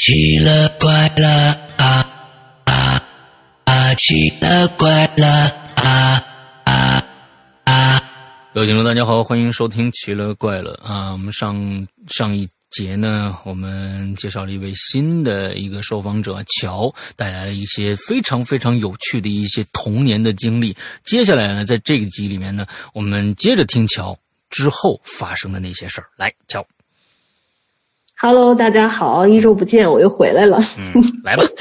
奇了怪了啊啊啊！奇了怪了啊啊啊！各位听众大家好，欢迎收听奇了怪了啊！我们上一节呢，我们介绍了一位新的一个受访者乔，带来了一些非常非常有趣的一些童年的经历。接下来呢，在这个集里面呢，我们接着听乔之后发生的那些事儿。来，乔。 Hello， 大家好，一周不见，我又回来了。 来吧。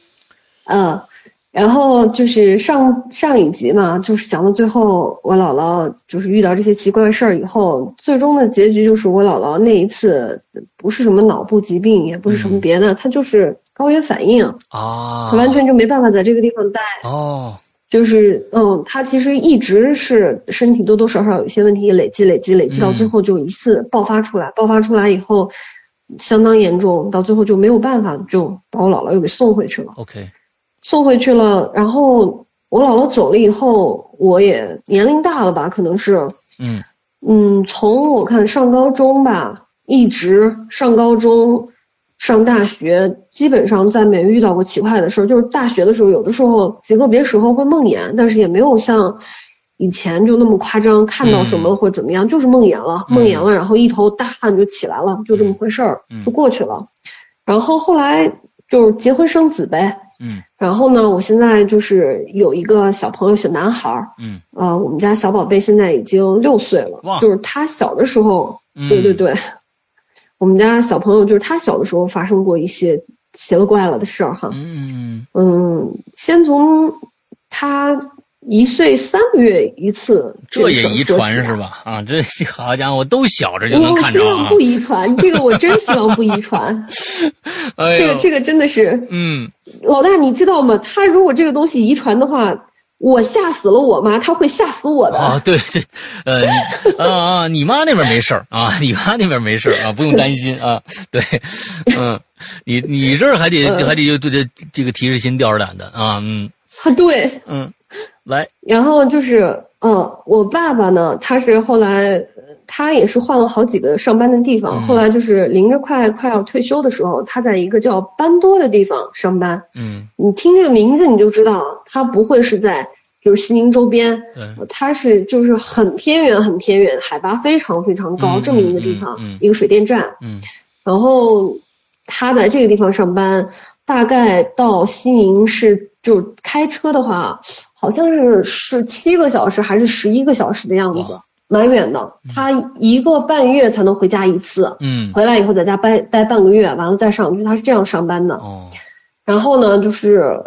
然后就是上一集嘛，就是讲到最后，我姥姥就是遇到这些奇怪的事儿以后，最终的结局就是我姥姥那一次不是什么脑部疾病，也不是什么别的，她就是高原反应啊，她完全就没办法在这个地方待哦。就是她其实一直是身体多多少少有一些问题累积到最后就一次爆发出来以后。相当严重，到最后就没有办法，就把我姥姥又给送回去了。 OK， 送回去了，然后我姥姥走了以后，我也年龄大了吧，可能是，从我看上高中吧，一直上高中，上大学，基本上再没遇到过奇怪的事儿。就是大学的时候，有的时候极个别时候会梦魇，但是也没有像以前就那么夸张，看到什么或者怎么样，就是梦魇了，然后一头大汗就起来了，就这么回事儿，就过去了。然后后来就是结婚生子呗，然后呢，我现在就是有一个小朋友，小男孩，我们家小宝贝现在已经6岁了，就是他小的时候，对，我们家小朋友就是他小的时候发生过一些奇了怪了的事儿哈，先从他1岁3个月一次， 这也遗传是吧？啊，这好家伙，都小着就能看着啊！ 我希望不遗传，这个我真希望不遗传。这个真的是，老大你知道吗？他如果这个东西遗传的话，我吓死了我妈，他会吓死我的。 啊，对，你妈那边没事儿啊，你妈那边没事儿啊，不用担心啊。对，你这儿还得对这个提着心吊着胆的啊， 对， 来， 然后就是我爸爸呢，他是后来他也是换了好几个上班的地方，后来就是临着快要退休的时候，他在一个叫班多的地方上班。你听这个名字你就知道，他不会是在就是西宁周边，他是就是很偏远，海拔非常非常高这么一个地方，一个水电站。然后他在这个地方上班，大概到西宁是就开车的话。好像是7个小时还是11个小时的样子，蛮远的。他1个半月才能回家一次，回来以后在家待半个月，完了再上去，他是这样上班的。然后呢，就是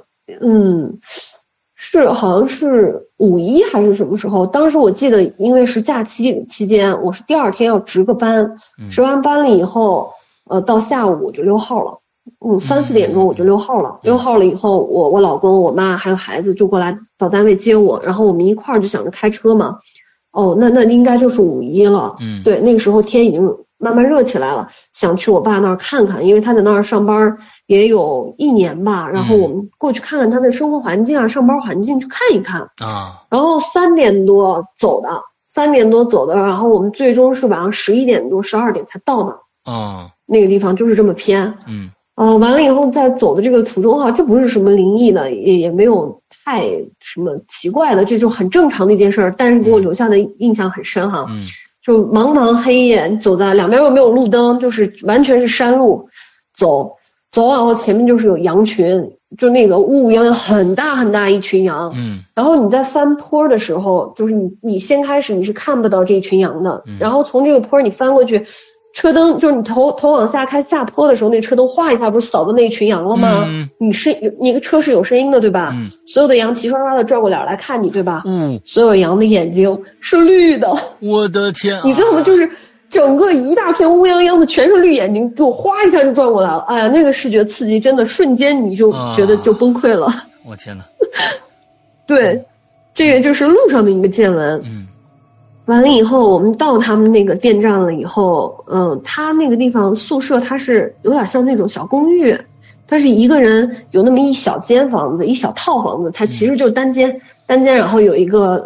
是好像是5一还是什么时候？当时我记得，因为是假期期间，我是第2天要值个班，值完班了以后，到下午我就溜号了。3、4点钟我就溜号了。溜号了以后，我老公、我妈还有孩子就过来到单位接我，然后我们一块儿就想着开车嘛。那应该就是5一了。对，那个时候天已经慢慢热起来了，想去我爸那儿看看，因为他在那儿上班也有1年吧，然后我们过去看看他的生活环境啊、上班环境，去看一看啊。然后3点多走的，然后我们最终是晚上11点多、12点才到那。那个地方就是这么偏。完了以后在走的这个途中哈，这不是什么灵异的，也没有太什么奇怪的，这就很正常的一件事儿，但是给我留下的印象很深哈。就茫茫黑夜，走在两边又没有路灯，就是完全是山路，走完后前面就是有羊群，就那个乌泱泱很大很大一群羊。然后你在翻坡的时候，就是你先开始你是看不到这一群羊的，然后从这个坡你翻过去。车灯就是你头往下开下坡的时候，那车灯哗一下不是扫到那一群羊了吗？你个车是有声音的对吧？所有的羊齐刷刷的转过脸来看你对吧？所有羊的眼睛是绿的。 我的天啊！ 你知道吗？就是整个一大片乌泱泱的全是绿眼睛，就哗一下就转过来了。哎呀，那个视觉刺激真的瞬间你就觉得就崩溃了。 我天哪！ 对，这个就是路上的一个见闻。完了以后，我们到他们那个电站了以后，他那个地方宿舍，它是有点像那种小公寓，它是一个人有那么一小间房子，一小套房子，它其实就是单间，然后有一个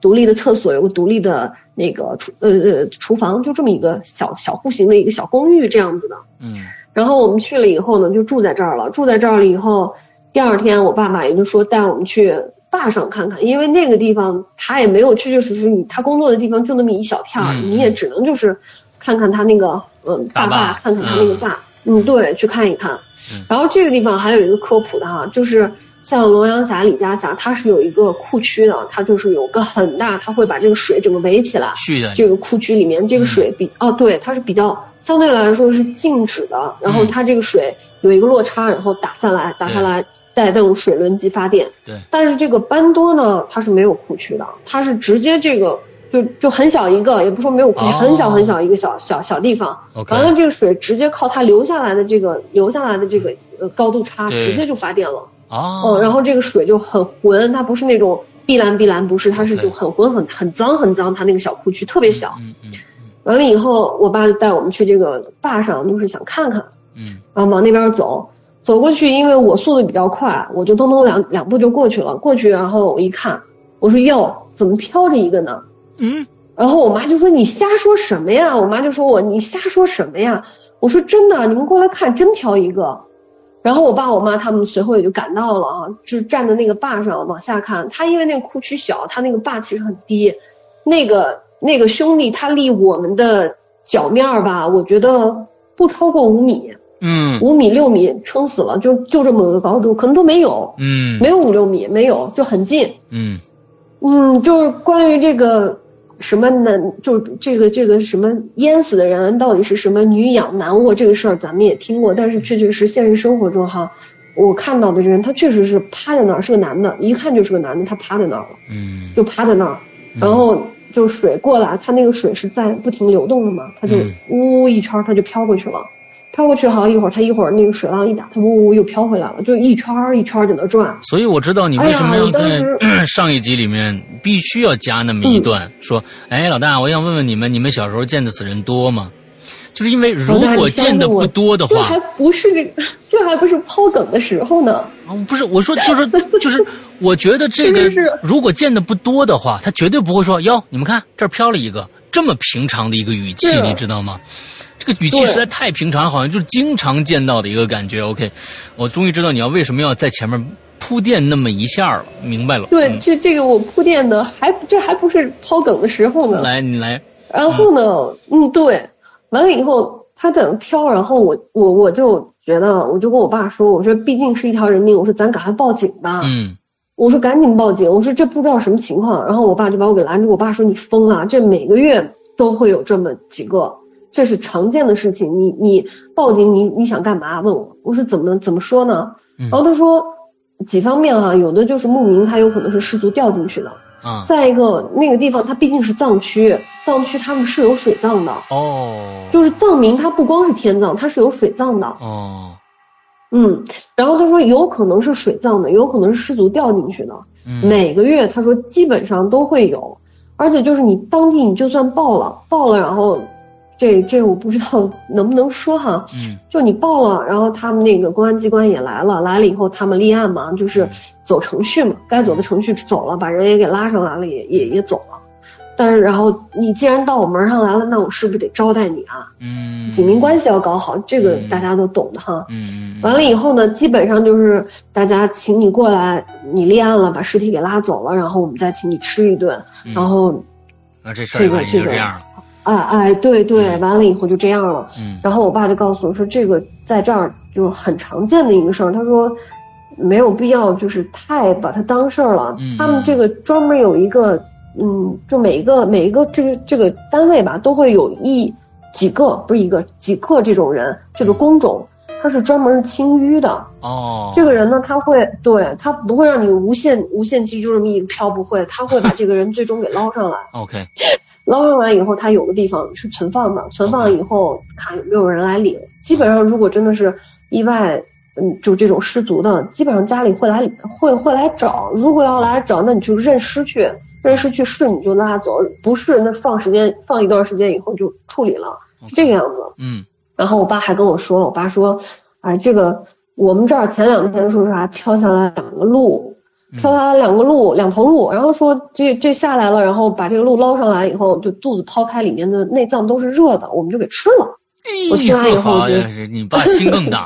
独立的厕所，有个独立的那个厨房，就这么一个小户型的一个小公寓这样子的。然后我们去了以后呢，就住在这儿了。住在这儿了以后，第二天我爸爸也就说带我们去坝上看看，因为那个地方他也没有确确实实他工作的地方就那么一小片儿，你也只能就是看看他那个坝，看看他那个坝，对，去看一看。然后这个地方还有一个科普的哈，就是像龙阳峡、李家峡，它是有一个库区的，它就是有个很大，它会把这个水整个围起来。 是的。 这个库区里面这个水对，它是比较相对来说是静止的，然后它这个水有一个落差，然后打下来，再用水轮机发电。 对。 但是这个班多呢，它是没有库区的，它是直接这个就很小一个，也不说没有库区，很小很小一个小地方。完了这个水直接靠它流下来的这个高度差，直接就发电了。然后这个水就很浑，它不是那种碧蓝，不是，它是就很浑很脏，它那个小库区特别小。完了以后，我爸就带我们去这个坝上，就是想看看。然后往那边走过去，因为我速度比较快，我就咚两步就过去了。过去，然后我一看，我说哟，怎么飘着一个呢？然后我妈就说你瞎说什么呀？我妈就说你瞎说什么呀？我说真的，你们过来看，真飘一个。然后我爸我妈他们随后也就赶到了啊，就站在那个坝上往下看。他因为那个库区小，他那个坝其实很低，那个兄弟他离我们的脚面吧，我觉得不超过5米，5米6米撑死了，就这么个高度，可能都没有，没有5、6米，没有，就很近。就是关于这个什么就是这个什么淹死的人到底是什么女仰男卧这个事儿，咱们也听过，但是确实现实生活中哈，我看到的人他确实是趴在那儿，是个男的，一看就是个男的，他趴在那儿了，就趴在那儿，然后就水过来，他那个水是在不停流动的嘛，他就呜一圈他就飘过去了。飘过去好一会儿，他一会儿那个水浪一打，他呜又飘回来了，就一圈一圈在那转。 所以我知道你为什么要在上一集里面必须要加那么一段，说，老大，我想问问你们小时候见的死人多吗？就是因为如果见的不多的话， 这还不是抛梗的时候呢。 不是，我说就是，我觉得这个如果见的不多的话，他绝对不会说哟，你们看这儿飘了一个，这么平常的一个语气，你知道吗？这个语气实在太平常，好像就是经常见到的一个感觉。OK， 我终于知道你为什么要在前面铺垫那么一下了，明白了。 对，这个我铺垫的这还不是抛梗的时候呢。 来，你来。 然后呢，对，完了以后他在那飘，然后我就觉得，我就跟我爸说，我说毕竟是一条人命，我说咱赶快报警吧。我说赶紧报警，我说这不知道什么情况。然后我爸就把我给拦住，我爸说你疯了，这每个月都会有这么几个。这是常见的事情，你报警你想干嘛？问我，我说怎么说呢？然后他说几方面哈，有的就是牧民他有可能是失足掉进去的，再一个那个地方它毕竟是藏区他们是有水葬的就是藏民他不光是天葬，他是有水葬的然后他说有可能是水葬的，有可能是失足掉进去的，每个月他说基本上都会有，而且就是你当地你就算报了，然后这我不知道能不能说哈，就你报了，然后他们那个公安机关也来了以后他们立案嘛，就是走程序嘛，该走的程序走了，把人也给拉上来了，也走了。但是然后你既然到我门上来了，那我是不是得招待你啊？警民关系要搞好，这个大家都懂的哈。完了以后呢，基本上就是大家请你过来，你立案了，把尸体给拉走了，然后我们再请你吃一顿，然后这事儿就这样了。 对，完了以后就这样了。然后我爸就告诉我说，这个在这儿就是很常见的一个事儿。他说没有必要就是太把它当事儿了。他们这个专门有一个，就每一个这个单位吧，都会有几个这种人，这个工种。他是专门清淤的这个人呢，他不会让你无限期就这么一飘，不会，他会把这个人最终给捞上来。 OK， 捞上来以后，他有个地方是存放的，存放了以后看有没有人来领。基本上如果真的是意外，就这种失足的，基本上家里会来找。如果要来找，那你就认尸去，是你就拉走，不是那放一段时间以后就处理了，是这个样子。然后我爸还跟我说，这个我们这儿前2天的时候还飘下来2个鹿， 跳下来两头鹿，然后说这下来了，然后把这个鹿捞上来以后，就肚子掏开，里面的内脏都是热的，我们就给吃了。我吃完以后就， 你爸心更大，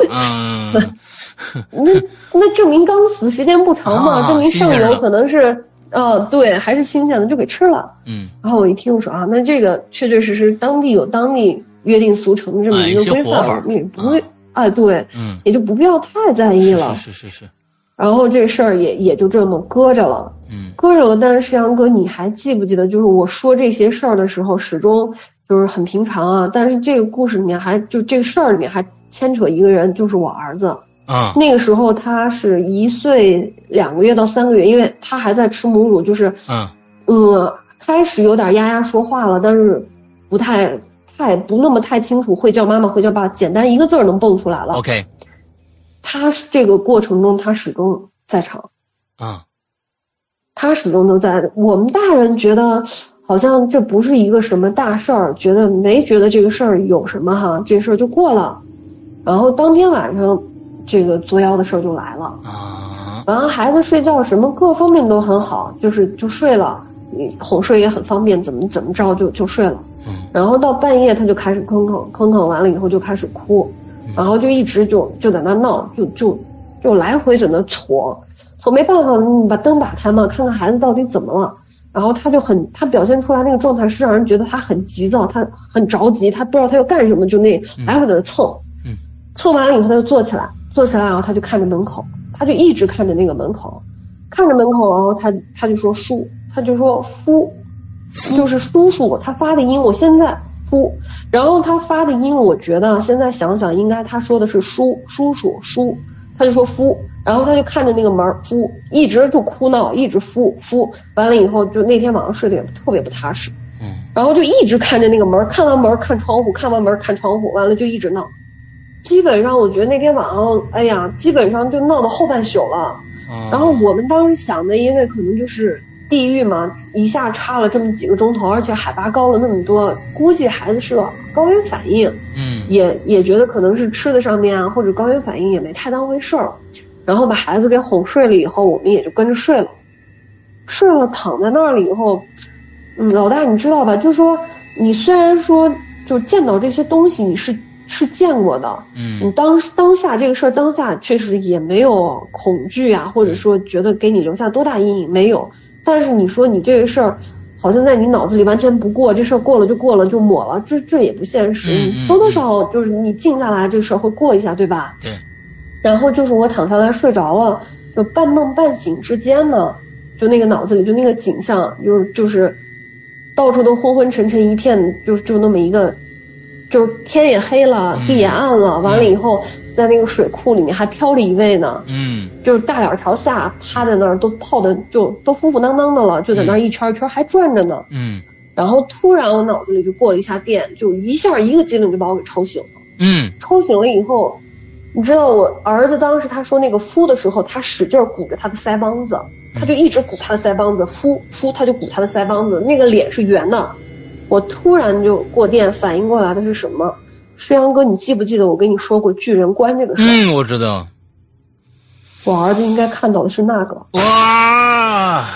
那证明刚死时间不长嘛，证明上游可能是对，还是新鲜的，就给吃了。然后我一听我说啊，那这个确确实实当地有当地约定俗成的这么一个规范，你不会对，也就不必要太在意了。 是。然后这事儿也就这么搁着了，搁着了。但是世阳哥，你还记不记得，就是我说这些事儿的时候，始终就是很平常啊。但是这个故事里面这个事儿里面还牵扯一个人，就是我儿子。那个时候他是1岁2个月到3个月，因为他还在吃母乳，就是开始有点呀呀说话了，但是不那么太清楚，会叫妈妈会叫爸，简单一个字能蹦出来了。 OK。 他这个过程中他始终在场他始终都在。我们大人觉得好像这不是一个什么大事儿，觉得这个事儿有什么哈，这事儿就过了。然后当天晚上这个作妖的事儿就来了完了孩子睡觉什么各方面都很好，就睡了，你哄睡也很方便，怎么着就睡了。然后到半夜他就开始吭吭完了以后就开始哭，然后就一直就在那闹，就来回在那搓，没办法，你把灯打开嘛，看看孩子到底怎么了。然后他表现出来那个状态是让人觉得他很急躁，他很着急，他不知道他要干什么，就那来回在那蹭。蹭完了以后他就坐起来，然后他就看着门口，他就一直看着那个门口，然后他就说叔，他就说夫，就是叔叔，他发的音我现在夫，然后他发的音我觉得现在想想应该他说的是叔叔，他就说夫，然后他就看着那个门夫，一直就哭闹，一直夫，完了以后就那天晚上睡得也特别不踏实，然后就一直看着那个门，看完门看窗户，看完门看窗户，完了就一直闹。基本上我觉得那天晚上基本上就闹到后半宿了。然后我们当时想的，因为可能就是地狱嘛，一下差了这么几个钟头，而且海拔高了那么多，估计孩子是高原反应，也觉得可能是吃的上面啊，或者高原反应，也没太当回事儿。然后把孩子给哄睡了以后，我们也就跟着睡了，躺在那里以后，老大你知道吧，就说你虽然说就见到这些东西你是见过的，你当下这个事儿当下确实也没有恐惧啊，或者说觉得给你留下多大阴影没有，但是你说你这个事儿好像在你脑子里完全不过，这事儿过了就过了就抹了，这也不现实，多多少少就是你静下来这事儿会过一下，对吧？ 对。 然后就是我躺下来睡着了，就半梦半醒之间呢，就那个脑子里就那个景象就是到处都昏昏沉沉一片，就那么一个，就是天也黑了，地也暗了，完了以后在那个水库里面还飘着一位呢，就是大脸朝下趴在那儿，都泡的就都鼓鼓囊囊的了，就在那儿一圈一圈还转着呢，然后突然我脑子里就过了一下电，就一下一个机灵就把我给抽醒了，抽醒了以后，你知道我儿子当时他说那个夫的时候，他使劲鼓着他的腮帮子，他就一直鼓他的腮帮子，夫他就鼓他的腮帮子，那个脸是圆的。我突然就过电反应过来的是什么？石阳哥，你记不记得我跟你说过巨人观这个事儿？ 我知道。 我儿子应该看到的是那个。 哇！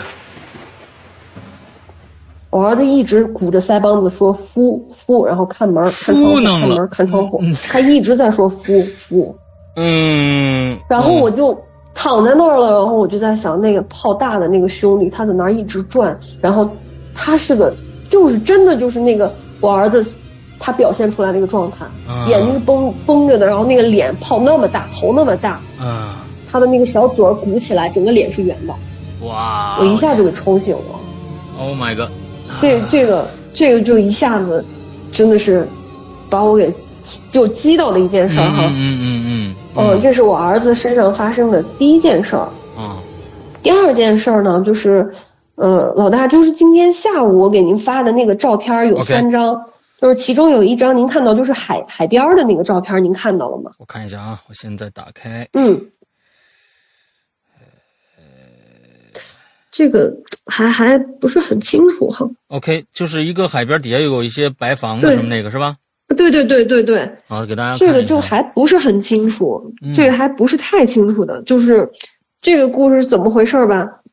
我儿子一直鼓着腮帮子说夫，然后看门看窗户，看门看窗户，他一直在说夫。然后我就躺在那儿了，然后我就在想那个泡大的那个兄弟，他在那儿一直转，然后他是个就是真的就是那个我儿子他表现出来那个状态，眼睛是绷着的，然后那个脸泡那么大，头那么大，他的那个小嘴鼓起来，整个脸是圆的。 哇！ 我一下就给抽醒了。 Oh my god！ 这个就一下子真的是把我给就激到的一件事儿哈。这是我儿子身上发生的第一件事儿。第二件事儿呢，就是老大，就是今天下午我给您发的那个照片有3张，就是其中有一张您看到就是海边的那个照片，您看到了吗？ 我看一下啊，我现在打开。 这个还不是很清楚哈。 OK， 就是一个海边底下有一些白房子什么那个是吧？ 对。 好，给大家看这个就还不是很清楚，这个还不是太清楚的，就是这个故事是怎么回事吧？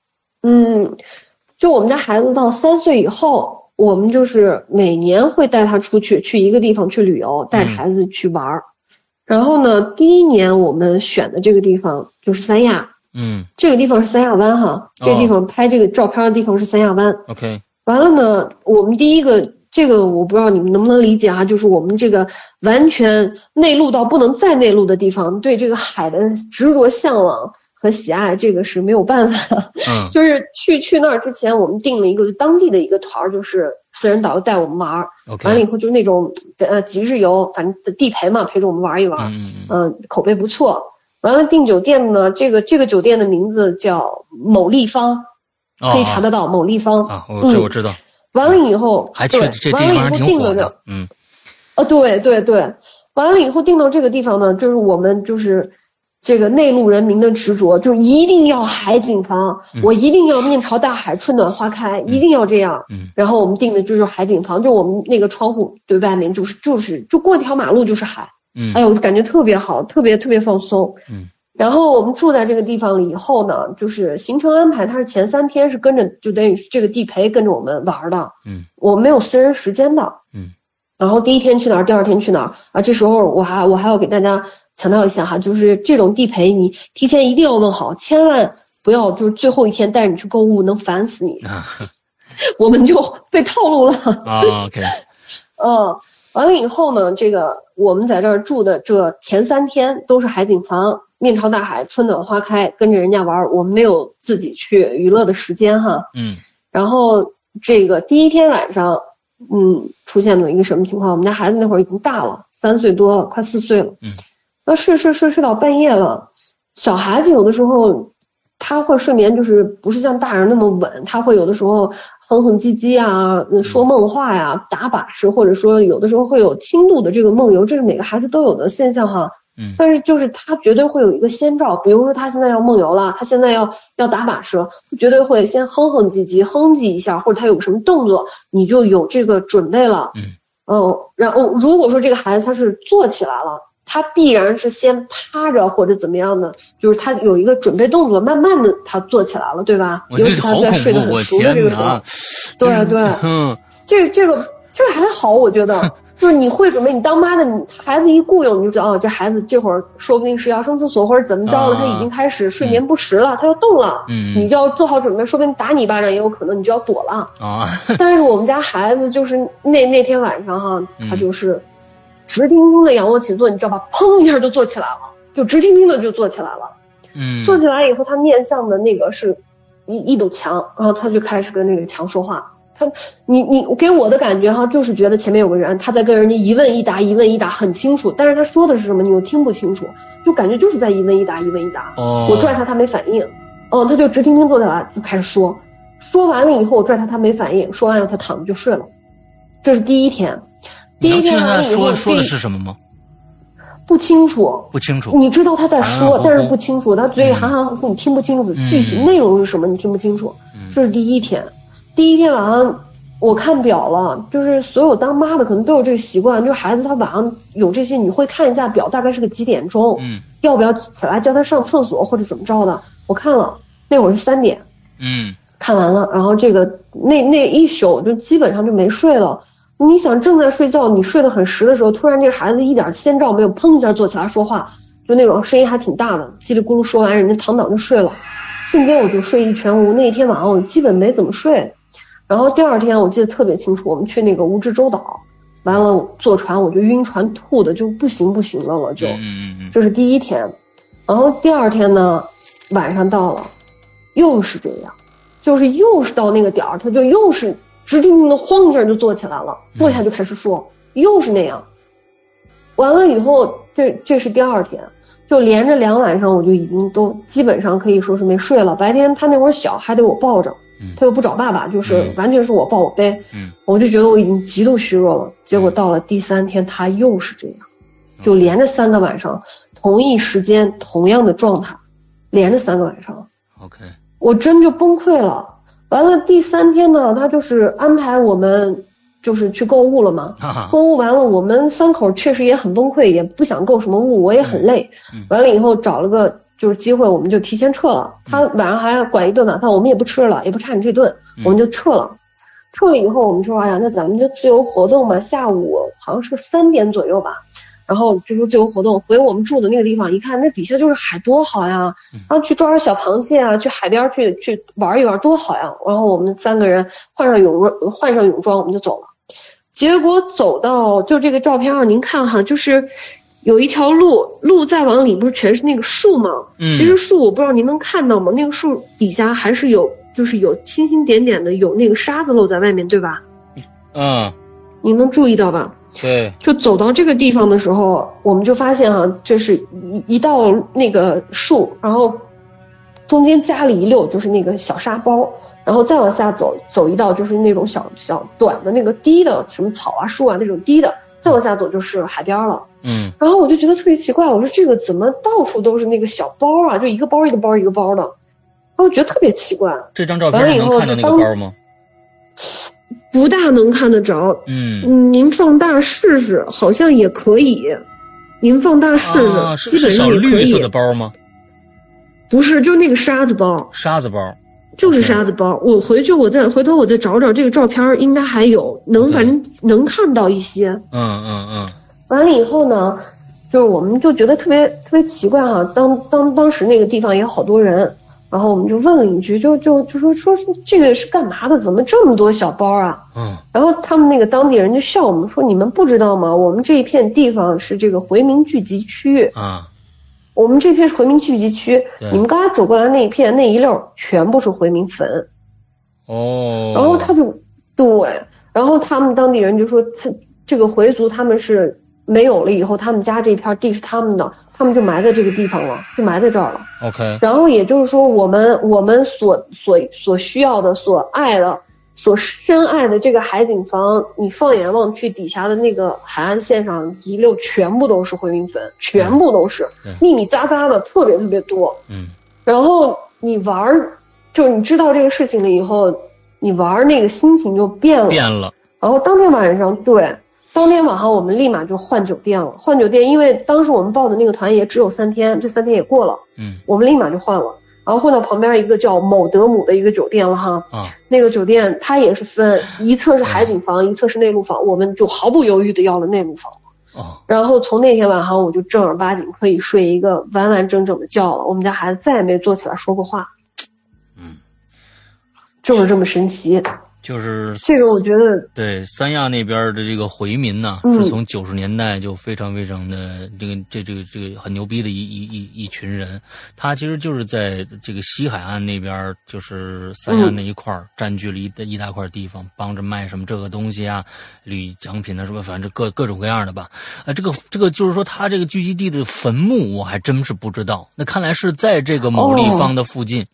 就我们家孩子到3岁以后，我们就是每年会带他出去一个地方去旅游，带着孩子去玩。然后呢，第一年我们选的这个地方就是三亚。这个地方是三亚湾哈，这个地方拍这个照片的地方是三亚湾。 OK。 完了呢，我们第一个这个我不知道你们能不能理解啊，就是我们这个完全内陆到不能再内陆的地方，对这个海的执着向往和喜爱，这个是没有办法的。就是去那儿之前，我们订了一个当地的一个团，就是私人导游带我们玩。完了以后就是那种几日游，反正地陪嘛，陪着我们玩一玩。口碑不错。完了订酒店呢，这个酒店的名字叫某立方，可以查得到某立方啊，这我知道。 完了以后还去这地方挺火的。 对。完了以后订到这个地方呢，就是我们就是这个内陆人民的执着，就一定要海景房，我一定要面朝大海，春暖花开，一定要这样。然后我们订的就是海景房，就我们那个窗户对外面就过一条马路就是海。哎呦，感觉特别好，特别放松。然后我们住在这个地方了以后呢，就是行程安排，它是前3天是跟着，就等于这个地陪跟着我们玩的。我没有私人时间的。然后第一天去哪儿，第二天去哪儿啊？这时候我还要给大家强调一下哈，就是这种地陪你提前一定要问好，千万不要就是最后一天带着你去购物，能烦死你。我们就被套路了。 OK。 完了以后呢，这个我们在这儿住的这前3天都是海景房，面朝大海，春暖花开，跟着人家玩，我们没有自己去娱乐的时间哈。然后这个第一天晚上，出现了一个什么情况？我们家孩子那会儿已经大了，3岁多，快4岁了。那睡到半夜了。小孩子有的时候他会睡眠就是不是像大人那么稳，他会有的时候哼哼唧唧啊，说梦话呀，打把式，或者说有的时候会有轻度的这个梦游，这是每个孩子都有的现象哈。但是就是他绝对会有一个先兆，比如说他现在要梦游了，他现在要打把式，绝对会先哼哼唧唧，哼唧一下，或者他有什么动作，你就有这个准备了。然后如果说这个孩子他是坐起来了，他必然是先趴着或者怎么样的，就是他有一个准备动作，慢慢的他坐起来了，对吧？尤其他在睡得很熟的这个时候。对。这个还好，我觉得。就是你会准备，你当妈的，你孩子一雇佣，你就知道这孩子这会儿说不定是要上厕所或者怎么着了，他已经开始睡眠不实了，他要动了。你就要做好准备，说不定打你一巴掌也有可能，你就要躲了。但是我们家孩子就是那天晚上哈，他就是直挺挺的仰卧起坐，你知道吧？砰一下就坐起来了，就直挺挺的就坐起来了。坐起来以后，他面向的那个是一堵墙，然后他就开始跟那个墙说话。你给我的感觉哈，就是觉得前面有个人，他在跟人家一问一答很清楚，但是他说的是什么你又听不清楚，就感觉就是在一问一答。我拽他没反应，他就直挺挺坐下来就开始说完了以后我拽他没反应，说完以后他躺着就睡了。这是第一天。第一天完了以后说的是什么吗？ 不清楚。你知道他在说，但是不清楚，他嘴里含含糊糊，你听不清楚具体内容是什么，你听不清楚。这是第一天。第一天晚上我看表了，就是所有当妈的可能都有这个习惯，就是孩子他晚上有这些，你会看一下表大概是个几点钟，要不要起来叫他上厕所或者怎么着的。我看了那会儿是3点，看完了，然后这个那一宿就基本上就没睡了。你想正在睡觉，你睡得很实的时候，突然这个孩子一点先兆没有，砰一下坐起来说话，就那种声音还挺大的，叽里咕噜说完人家躺倒就睡了，瞬间我就睡意全无。那一天晚上我基本没怎么睡。然后第二天我记得特别清楚，我们去那个蜈支洲岛，完了坐船我就晕船吐的就不行了就。这是第一天。然后第二天呢，晚上到了，又是这样，就是又是到那个点儿，他就又是直挺挺的晃一下就坐起来了，坐下就开始说，又是那样。完了以后，这是第二天，就连着2晚上我就已经都基本上可以说是没睡了。白天他那会儿小还得我抱着，他又不找爸爸，就是完全是我抱我背，我就觉得我已经极度虚弱了。结果到了第3天他又是这样，就连着3个晚上，同一时间同样的状态，连着3个晚上。 OK， 我真就崩溃了。完了第3天呢，他就是安排我们就是去购物了嘛。购物完了，我们3口确实也很崩溃，也不想购什么物，我也很累。完了以后找了个就是机会，我们就提前撤了。他晚上还管一顿晚饭，我们也不吃了，也不差你这顿，我们就撤了。撤了以后，我们说，哎呀，那咱们就自由活动吧。下午好像是3点左右吧，然后就说自由活动，回我们住的那个地方，一看那底下就是海，多好呀！然后去抓点小螃蟹啊，去海边去玩一玩，多好呀！然后我们3个人换上泳装，我们就走了。结果走到就这个照片上，您看哈，就是有一条路再往里不是全是那个树吗？其实树我不知道您能看到吗？那个树底下还是有，就是有星星点点的，有那个沙子露在外面，对吧？您能注意到吧？ 对。 就走到这个地方的时候，我们就发现哈，这是一道那个树，然后中间夹了一溜就是那个小沙包，然后再往下走一道就是那种小短的那个低的什么草啊树啊那种低的，再往下走就是海边了。然后我就觉得特别奇怪，我说这个怎么到处都是那个小包啊，就一个包一个包一个包的，然后我觉得特别奇怪。 这张照片能看到那个包吗？ 不大能看得着。您放大试试，好像也可以。您放大试试，基本上也可以。 是绿色的包吗？ 不是，就那个沙子包。 沙子包。 就是沙子包。我回头我再找找这个照片，应该还有反正能看到一些。完了以后呢，就是我们就觉得特别奇怪哈。当时那个地方也有好多人，然后我们就问了一句，就说这个是干嘛的？怎么这么多小包啊？然后他们那个当地人就笑我们说：“你们不知道吗？我们这一片地方是这个回民聚集区。我们这片是回民聚集区，你们刚才走过来那一片那一溜全部是回民坟。”然后他就对，然后他们当地人就说，这个回族他们是没有了以后，他们家这片地是他们的，他们就埋在这个地方了，就埋在这儿了。然后也就是说，我们所需要的、所爱的、所深爱的这个海景房，你放眼望去，底下的那个海岸线上一溜全部都是回民坟，全部都是密密匝匝的，特别特别多。然后你玩，就你知道这个事情了以后，你玩那个心情就变了。然后当天晚上我们立马就换酒店了。换酒店，因为当时我们报的那个团也只有3天，这3天也过了。我们立马就换了。然后换到旁边一个叫某德姆的一个酒店了哈。那个酒店它也是分一侧是海景房，一侧是内陆房，我们就毫不犹豫的要了内陆房。然后从那天晚上我就正儿八经可以睡一个完完整整的觉了，我们家孩子再也没坐起来说过话。就是这么神奇。 就是这个我觉得对三亚那边的这个回民呢，是从90年代就非常非常的这个很牛逼的一群人。他其实就是在这个西海岸那边，就是三亚那一块占据了一大块地方，帮着卖什么这个东西啊，旅奖品啊什么，反正各种各样的吧。这个就是说他这个聚集地的坟墓我还真是不知道。那看来是在这个某地方的附近。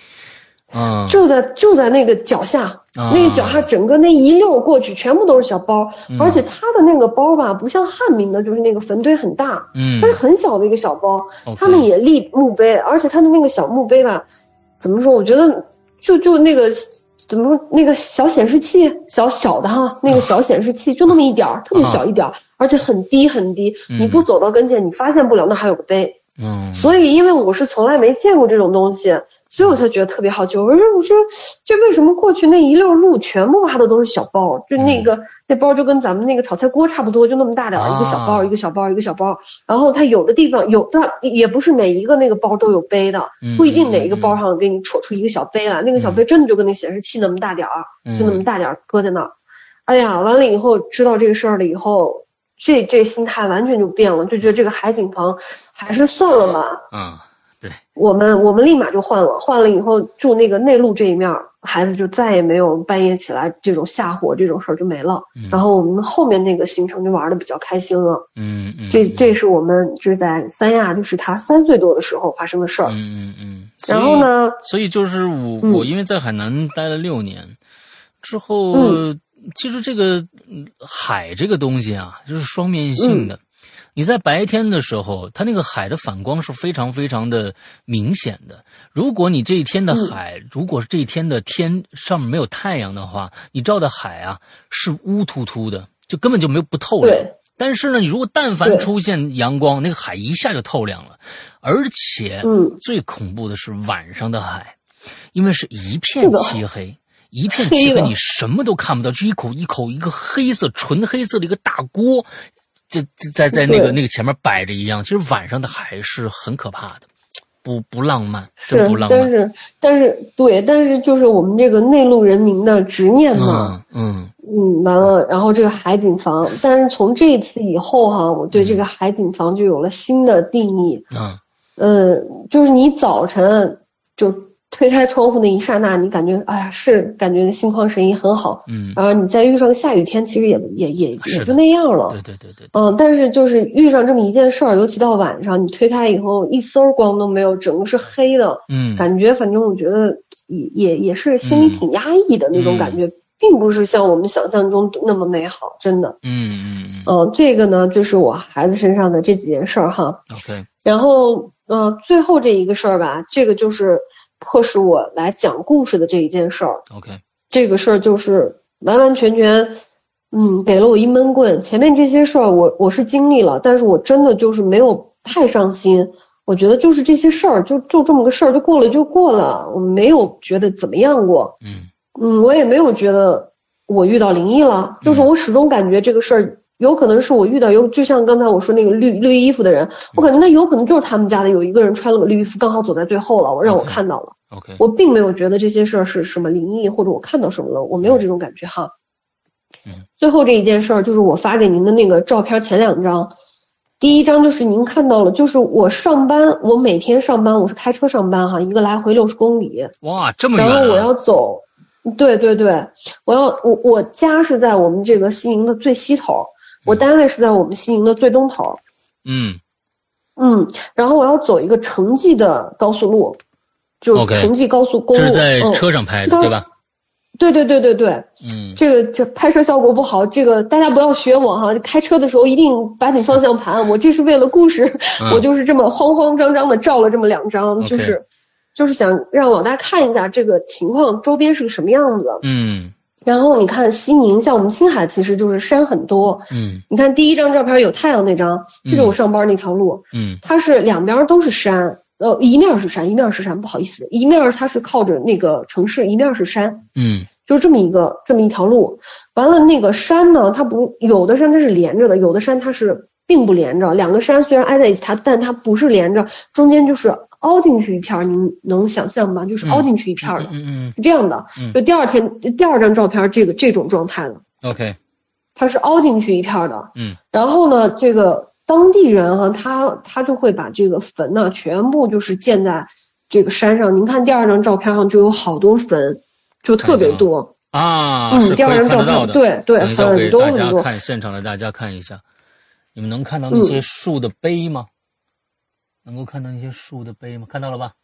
就在那个脚下，那个脚下整个那一溜过去全部都是小包，而且它的那个包吧，不像汉民的，就是那个坟堆很大，它是很小的一个小包，他们也立墓碑，而且它的那个小墓碑吧，怎么说？我觉得就那个怎么说，那个小显示器小的哈，那个小显示器就那么一点儿，特别小一点儿，而且很低很低，你不走到跟前，你发现不了那还有个碑。所以因为我是从来没见过这种东西。所以我才觉得特别好奇，我说这为什么过去那一溜路全部挖的都是小包，就那包就跟咱们那个炒菜锅差不多，就那么大点一个小包一个小包一个小包，然后它有的地方有的也不是每一个那个包都有碑的，不一定哪一个包上给你戳出一个小碑来，那个小碑真的就跟那显示器那么大点儿，就那么大点儿搁在那儿。哎呀，完了以后知道这个事儿了以后，这心态完全就变了，就觉得这个海景房还是算了吧。 对， 我们立马就换了以后住那个内陆这一面，孩子就再也没有半夜起来这种下火这种事儿就没了。然后我们后面那个行程就玩得比较开心了。这是我们就是在三亚，就是他3岁多的时候发生的事儿。然后呢， 所以就是我因为在海南待了6年之后，其实这个海这个东西啊，就是双面性的。你在白天的时候，它那个海的反光是非常非常的明显的。如果你这一天的海，如果这一天的天上面没有太阳的话，你照的海啊是乌突突的，就根本就不透亮。 但是呢，你如果但凡出现阳光，那个海一下就透亮了，而且最恐怖的是晚上的海，因为是一片漆黑。一片漆黑，你什么都看不到，就一个黑色纯黑色的一个大锅，在那个前面摆着一样。其实晚上的海是很可怕的，不浪漫，真不浪漫。 但是就是我们这个内陆人民的执念嘛，完了，然后这个海景房，但是从这一次以后哈，我对这个海景房就有了新的定义。就是你早晨就推开窗户那一刹那，你感觉哎呀，是感觉心旷神怡很好。然后你再遇上个下雨天，其实也就那样了。 对。 但是就是遇上这么一件事儿，尤其到晚上，你推开以后一丝光都没有，整个是黑的。感觉反正我觉得也是心里挺压抑的那种感觉，并不是像我们想象中那么美好，真的。这个呢就是我孩子身上的这几件事儿哈。 OK。 然后最后这一个事儿吧，这个就是迫使我来讲故事的这一件事儿。 OK。 这个事儿就是完完全全给了我一闷棍。前面这些事儿我是经历了，但是我真的就是没有太伤心。我觉得就是这些事儿就这么个事儿就过了就过了，我没有觉得怎么样过。我也没有觉得我遇到灵异了，就是我始终感觉这个事儿有可能是我遇到就像刚才我说那个绿衣服的人，我感觉那有可能就是他们家的有一个人穿了个绿衣服刚好走在最后了，让我看到了。 OK。 我并没有觉得这些事儿是什么灵异或者我看到什么了，我没有这种感觉哈。最后这一件事儿就是我发给您的那个照片前2张，第一张就是您看到了，就是我上班，我每天上班我是开车上班哈，一个来回60公里。 哇，这么远然后我要走，对，我家是在我们这个西营的最西头，我单位是在我们西营的最东头。然后我要走一个城际的高速路，就城际高速公路。 这是在车上拍的，对吧？ 对。这拍摄效果不好，这个大家不要学我哈，开车的时候一定把你方向盘。我这是为了故事，我就是这么慌慌张张的照了这么2张，就是想让老大看一下这个情况，周边是个什么样子。然后你看西宁，像我们青海其实就是山很多。你看第一张照片有太阳那张，就是我上班那条路。它是两边都是山，一面是山，一面是山，不好意思，一面它是靠着那个城市，一面是山。就这么一条路。完了那个山呢，它不有的山它是连着的，有的山它是并不连着。两个山虽然挨在一起，但它不是连着，中间就是凹进去一片，您能想象吗？就是凹进去一片的，是这样的。就第二张照片这种状态的。 OK。 它是凹进去一片的。然后呢，这个当地人哈，他就会把这个坟呢全部就是建在这个山上。您看第2张照片上就有好多坟，就特别多啊。 第2张照片对很多很多。 看现场的大家看一下，你们能看到那些树的碑吗？能够看到那些树的碑吗？看到了吧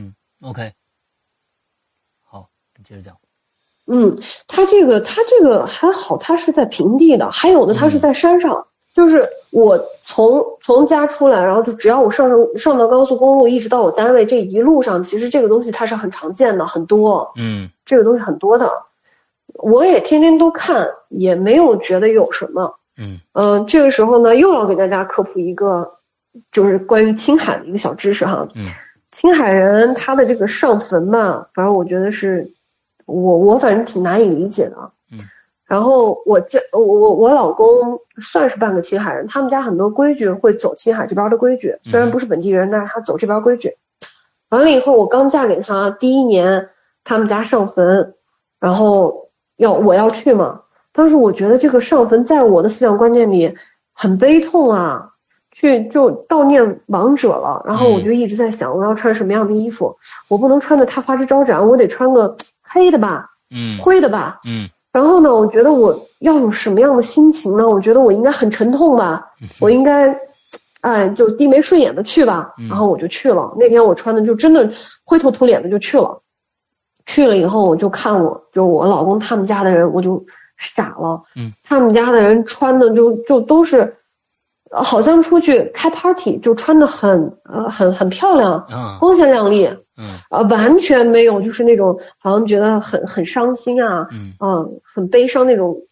？OK。好，你接着讲。 它这个还好，它是在平地的，还有的它是在山上。就是我从家出来，然后就只要我上到高速公路，一直到我单位这一路上，其实这个东西它是很常见的，很多。这个东西很多的，我也天天都看，也没有觉得有什么。这个时候呢，又要给大家科普一个，就是关于青海的一个小知识哈。青海人他的这个上坟吧，反正我觉得是我反正挺难以理解的。然后我老公算是半个青海人，他们家很多规矩会走青海这边的规矩，虽然不是本地人，但是他走这边规矩。完了以后，我刚嫁给他第1年，他们家上坟，然后我要去嘛。当时我觉得这个上坟在我的思想观念里很悲痛啊，去就悼念亡者了。然后我就一直在想，我要穿什么样的衣服？我不能穿的太花枝招展，我得穿个黑的吧，灰的吧。然后呢，我觉得我要有什么样的心情呢？我觉得我应该很沉痛吧，我应该就低眉顺眼的去吧。然后我就去了。那天我穿的就真的灰头土脸的就去了。去了以后我就看我老公他们家的人，我就傻了。他们家的人穿的就都是好像出去开 party， 就穿的很漂亮，光鲜亮丽。完全没有就是那种好像觉得很伤心啊，很悲伤那种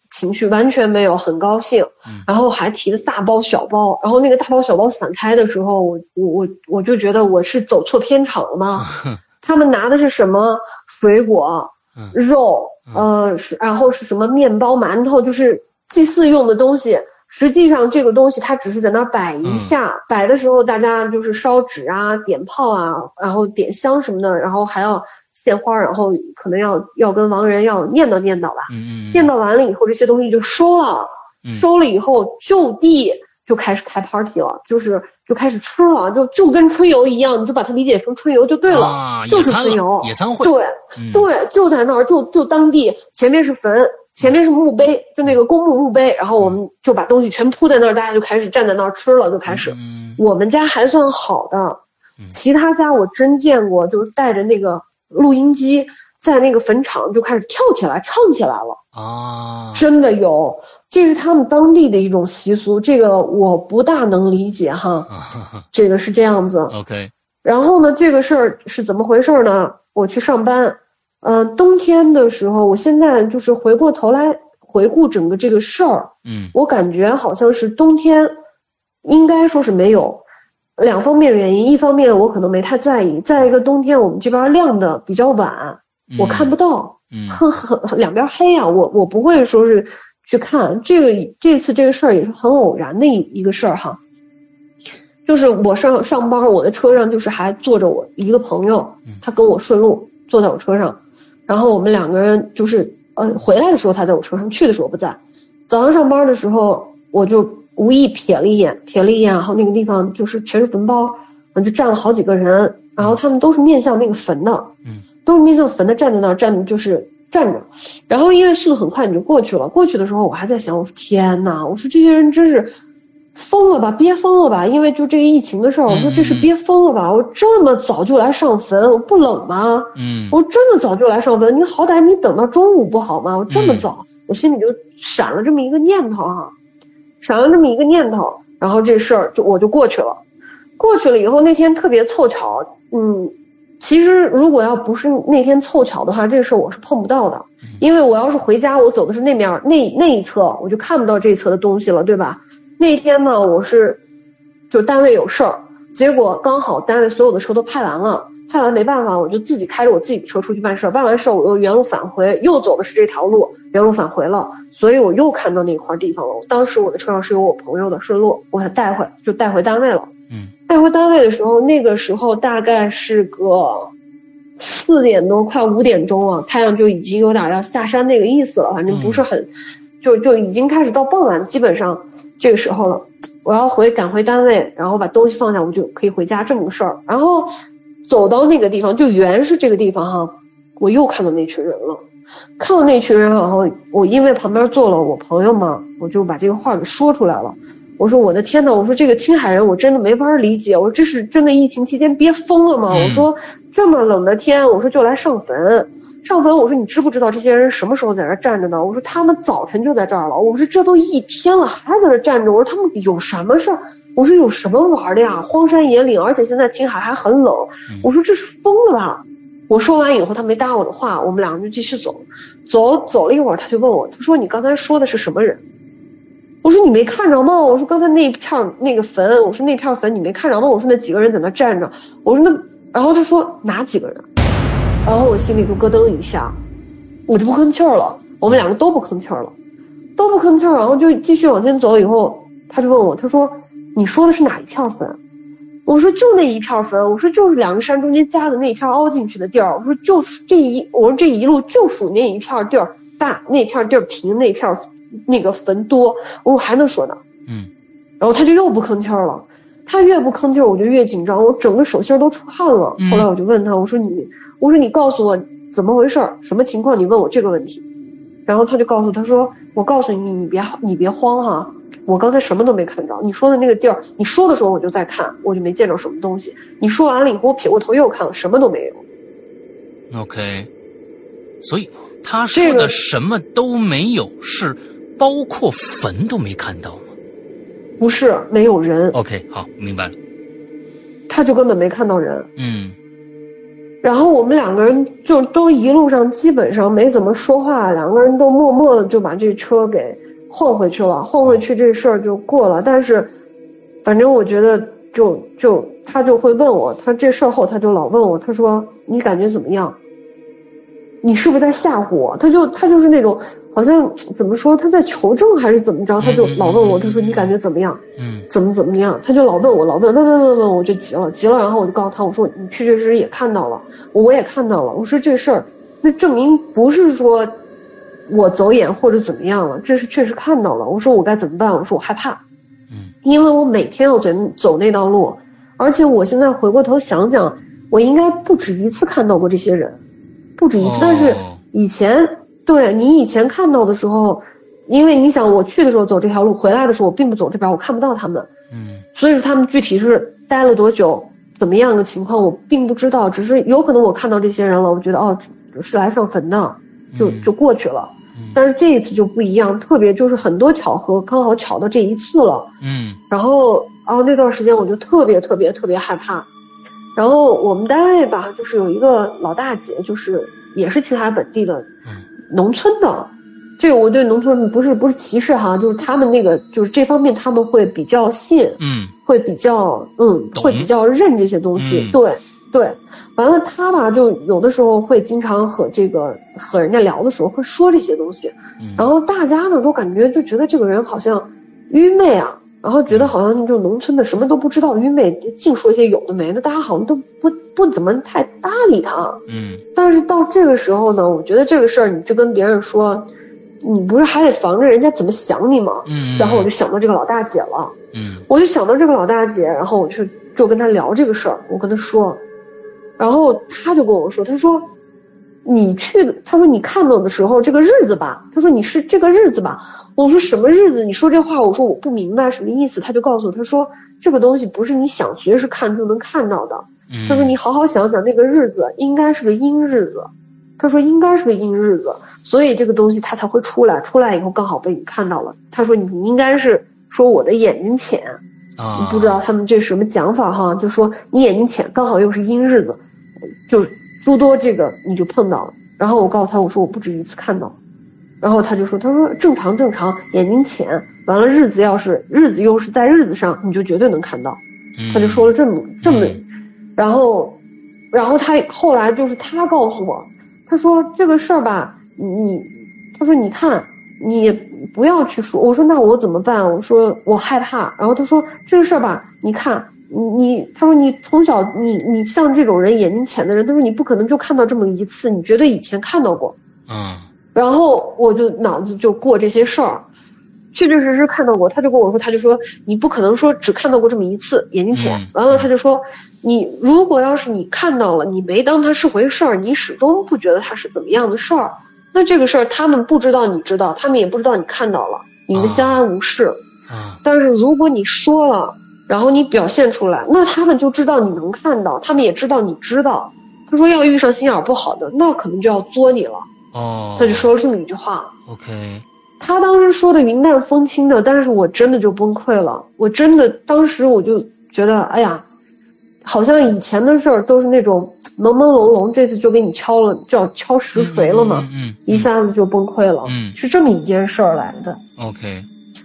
情绪，完全没有，很高兴，然后还提了大包小包，然后那个大包小包散开的时候，我就觉得我是走错片场了吗？他们拿的是什么水果、肉，然后是什么面包、馒头，就是祭祀用的东西。实际上这个东西它只是在那儿摆一下，摆的时候大家就是烧纸啊、点炮啊，然后点香什么的，然后还要献花，然后可能要跟亡人要念叨念叨吧。念叨完了以后，这些东西就收了，收了以后就地就开始开 party 了，就开始吃了，就跟春游一样，你就把它理解成春游就对了，就是春游， 野餐会。 对，就在那儿，就当地前面是坟。前面是墓碑，就那个公墓墓碑，然后我们就把东西全铺在那儿，大家就开始站在那儿吃了，就开始。我们家还算好的，其他家我真见过，就是带着那个录音机在那个坟场就开始跳起来唱起来了啊！真的有，这是他们当地的一种习俗，这个我不大能理解哈。这个是这样子。 OK。 然后呢，这个事儿是怎么回事呢？我去上班。冬天的时候，我现在就是回过头来回顾整个这个事儿，我感觉好像是冬天，应该说是没有，两方面原因，一方面我可能没太在意，再一个冬天我们这边亮的比较晚，我看不到，两边黑啊，我不会说是去看这次这个事儿也是很偶然的一个事儿哈，就是我上班，我的车上就是还坐着我一个朋友，他跟我顺路坐在我车上。然后我们两个人就是回来的时候他在我车上，去的时候不在。早上上班的时候我就无意瞥了一眼，然后那个地方就是全是坟包，就站了好几个人，然后他们都是面向那个坟的，都是面向坟的，站在那儿站着。然后因为速度很快你就过去了，过去的时候我还在想，我说天哪，我说这些人真是疯了吧，憋疯了吧，因为就这个疫情的事儿，我说这是憋疯了吧，我这么早就来上坟，我不冷吗？我这么早就来上坟，你好歹你等到中午不好吗？我这么早，我心里就闪了这么一个念头哈，然后这事儿我就过去了以后，那天特别凑巧，其实如果要不是那天凑巧的话，这事儿我是碰不到的，因为我要是回家，我走的是那面那一侧，我就看不到这一侧的东西了，对吧？那天呢，我是就单位有事儿，结果刚好单位所有的车都派完没办法，我就自己开着我自己的车出去办事，办完事我又原路返回，又走的是这条路，原路返回了，所以我又看到那块地方了。当时我的车上是有我朋友的，顺路我给他带回单位了。带回单位的时候，那个时候大概是个4点多快5点钟啊，太阳就已经有点要下山那个意思了，反正不是很就已经开始到傍晚，基本上这个时候了。我要赶回单位，然后把东西放下，我就可以回家，这么个事儿。然后走到那个地方，就原是这个地方哈，我又看到那群人了。看到那群人，然后我因为旁边坐了我朋友嘛，我就把这个话给说出来了。我说我的天哪，我说这个青海人我真的没法理解，我说这是真的疫情期间憋疯了吗？我说这么冷的天，我说就来上坟，我说你知不知道这些人什么时候在这站着呢？我说他们早晨就在这儿了，我说这都一天了还在这站着，我说他们有什么事儿？我说有什么玩的呀？荒山野岭，而且现在青海还很冷，我说这是疯了吧？我说完以后他没搭我的话，我们两个就继续走了一会儿，他就问我，他说你刚才说的是什么人？我说你没看着吗？我说刚才那片那个坟，我说那片坟你没看着吗？我说那几个人在那站着，我说那，然后他说哪几个人？然后我心里就咯噔一下，我就不吭气儿了，我们两个都不吭气儿了，然后就继续往前走。以后他就问我，他说你说的是哪一片坟？我说就那一片坟，我说就是2个山中间夹的那一片凹进去的地儿，我说就是我说这一路就属那一片地儿大，那片地儿平，那片那个坟多，我还能说呢。然后他就又不吭气儿了，他越不吭气儿我就越紧张，我整个手心都出汗了。后来我就问他，我说你告诉我怎么回事，什么情况，你问我这个问题。然后他就告诉他说，我告诉你，你别慌哈，我刚才什么都没看着，你说的那个地儿，你说的时候我就在看，我就没见着什么东西，你说完了以后我撇过头又看了，什么都没有。 OK， 所以他说的什么都没有是包括坟都没看到吗？ 不是，没有人。 OK， 好，明白了。 他就根本没看到人。 然后我们两个人就都一路上基本上没怎么说话，两个人都默默的就把这车给晃回去了，晃回去这事儿就过了。但是反正我觉得他就会问我，他这事儿后他就老问我，他说你感觉怎么样？你是不是在吓唬我？他就是那种好像怎么说，他在求证还是怎么着，他就老问我，他说你感觉怎么样？怎么样？他就老问我，问，我就急了，然后我就告诉他，我说你确确实实也看到了，我也看到了，我说这事儿那证明不是说我走眼或者怎么样了，这是确实看到了。我说我该怎么办？我说我害怕，因为我每天要走那道路，而且我现在回过头想想，我应该不止一次看到过这些人，不止一次。但是以前对你以前看到的时候，因为你想我去的时候走这条路，回来的时候我并不走这边，我看不到他们，所以说他们具体是待了多久，怎么样的情况我并不知道，只是有可能我看到这些人了，我觉得哦是来上坟的，就过去了。但是这一次就不一样，特别就是很多巧合，刚好巧到这一次了。然后那段时间我就特别害怕。然后我们单位吧，就是有一个老大姐，就是也是青海本地的，农村的。这个我对农村不是歧视哈，就是他们那个就是这方面他们会比较信，会比较会比较认这些东西，对，完了他吧就有的时候会经常和人家聊的时候会说这些东西，然后大家呢都感觉就觉得这个人好像愚昧啊，然后觉得好像就农村的什么都不知道，愚昧，净说一些有的没的，大家好像都不怎么太搭理他。但是到这个时候呢，我觉得这个事儿你就跟别人说，你不是还得防着人家怎么想你吗？然后我就想到这个老大姐了，我就想到这个老大姐，然后我就跟她聊这个事儿，我跟她说，然后她就跟我说，她说她说你看到的时候这个日子吧，她说你是这个日子吧，我说什么日子？你说这话，我说我不明白什么意思。她就告诉我，她说这个东西不是你想随时看就能看到的，她说你好好想想那个日子应该是个阴日子，她说应该是个阴日子，所以这个东西它才会出来以后刚好被你看到了。她说你应该是说我的眼睛浅，你不知道他们这是什么讲法哈，就说你眼睛浅刚好又是阴日子，就诸多这个你就碰到了。然后我告诉他，我说我不止一次看到，然后他就说，他说正常眼睛浅，完了日子又是在日子上，你就绝对能看到。他就说了这么然后他后来就是他告诉我，他说这个事儿吧，他说你看你不要去说。我说那我怎么办？我说我害怕。然后他说这个事儿吧，你看他说你从小你像这种人眼睛浅的人，他说你不可能就看到这么一次，你绝对以前看到过。然后我就脑子就过这些事儿，确确实实看到过。他就跟我说，他就说你不可能说只看到过这么一次，眼睛浅。完了他就说你如果要是你看到了，你没当它是回事儿，你始终不觉得它是怎么样的事儿，那这个事儿他们不知道你知道，他们也不知道你看到了，你们相安无事。但是如果你说了，然后你表现出来，那他们就知道你能看到，他们也知道你知道。他说要遇上心眼不好的，那可能就要作你了。他就说了这么一句话。 OK， 他当时说的云淡风轻的，但是我真的就崩溃了。我真的当时我就觉得，哎呀，好像以前的事儿都是那种朦朦胧胧，这次就给你敲实锤了嘛，一下子就崩溃了。是这么一件事儿来的。 OK。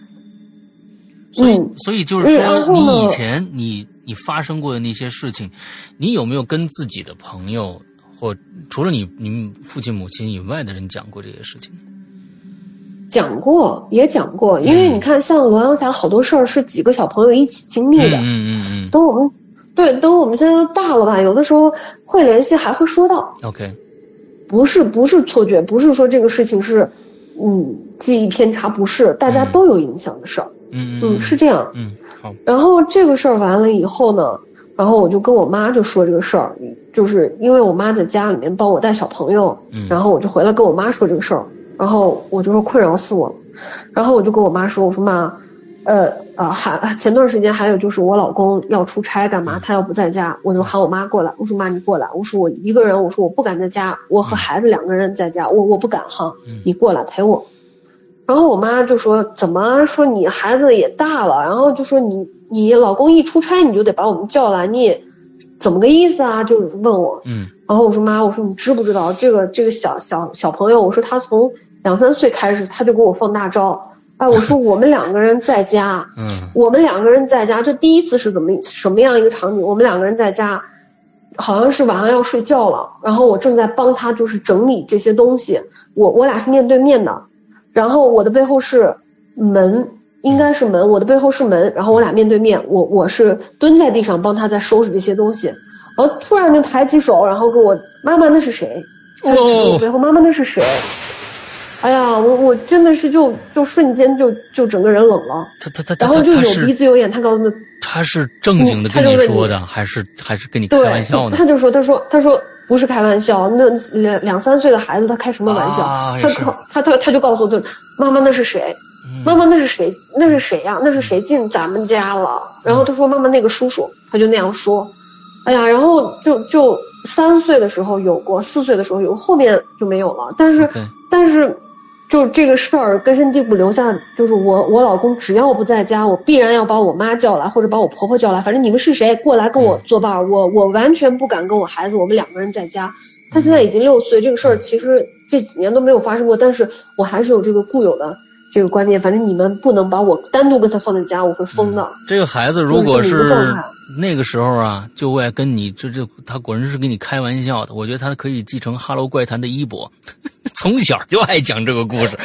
所以就是说，你以前你发生过的那些事情，你有没有跟自己的朋友或除了你父亲母亲以外的人讲过这些事情？ 讲过，也讲过。因为你看像罗阳峡好多事儿是几个小朋友一起经历的。等我们现在都大了吧，有的时候会联系，还会说到。 OK， 不是错觉，不是说这个事情是记忆偏差，不是，大家都有影响的事儿。是这样。 好。 然后这个事儿完了以后呢，然后我就跟我妈就说这个事儿，就是因为我妈在家里面帮我带小朋友，然后我就回来跟我妈说这个事儿，然后我就说困扰死我了，然后我就跟我妈说，我说妈，前段时间还有就是我老公要出差干嘛，他要不在家，我就喊我妈过来，我说妈你过来，我说我一个人，我说我不敢在家，我和孩子2个人在家，我不敢哈，你过来陪我。然后我妈就说怎么说你孩子也大了，然后就说你老公一出差你就得把我们叫来，你也怎么个意思啊？就是问我，然后我说妈，我说你知不知道这个小朋友，我说他从2、3岁开始他就给我放大招，哎，我说我们2个人在家，我们2个人在家，就第一次是什么样一个场景？我们2个人在家，好像是晚上要睡觉了，然后我正在帮他就是整理这些东西，我俩是面对面的，然后我的背后是门。应该是门，我的背后是门，然后我俩面对面，我是蹲在地上帮他在收拾这些东西，然后突然就抬起手，然后跟我妈妈那是谁？他指着我背后，妈妈那是谁？哎呀，我真的是就瞬间就整个人冷了。 他然后就有鼻子有眼，他告诉我， 他是正经的跟你说的，还是跟你开玩笑呢？ 他就说不是开玩笑，那2、3岁的孩子他开什么玩笑？他就告诉我，妈妈那是谁？妈妈那是谁？那是谁呀？那是谁进咱们家了？然后他说妈妈那个叔叔，他就那样说。哎呀，然后就3岁的时候有过，4岁的时候有过，后面就没有了。但是就这个事儿根深蒂固留下，就是我老公只要不在家，我必然要把我妈叫来或者把我婆婆叫来，反正你们是谁过来跟我作伴。我完全不敢跟我孩子我们2个人在家。他现在已经6岁，这个事儿其实这几年都没有发生过，但是我还是有这个固有的这个观念，反正你们不能把我单独跟他放在家，我会疯的。 这个孩子如果是那个时候啊，就会跟你他果然是跟你开玩笑的。我觉得他可以继承哈喽怪谈的衣钵，从小就爱讲这个故事。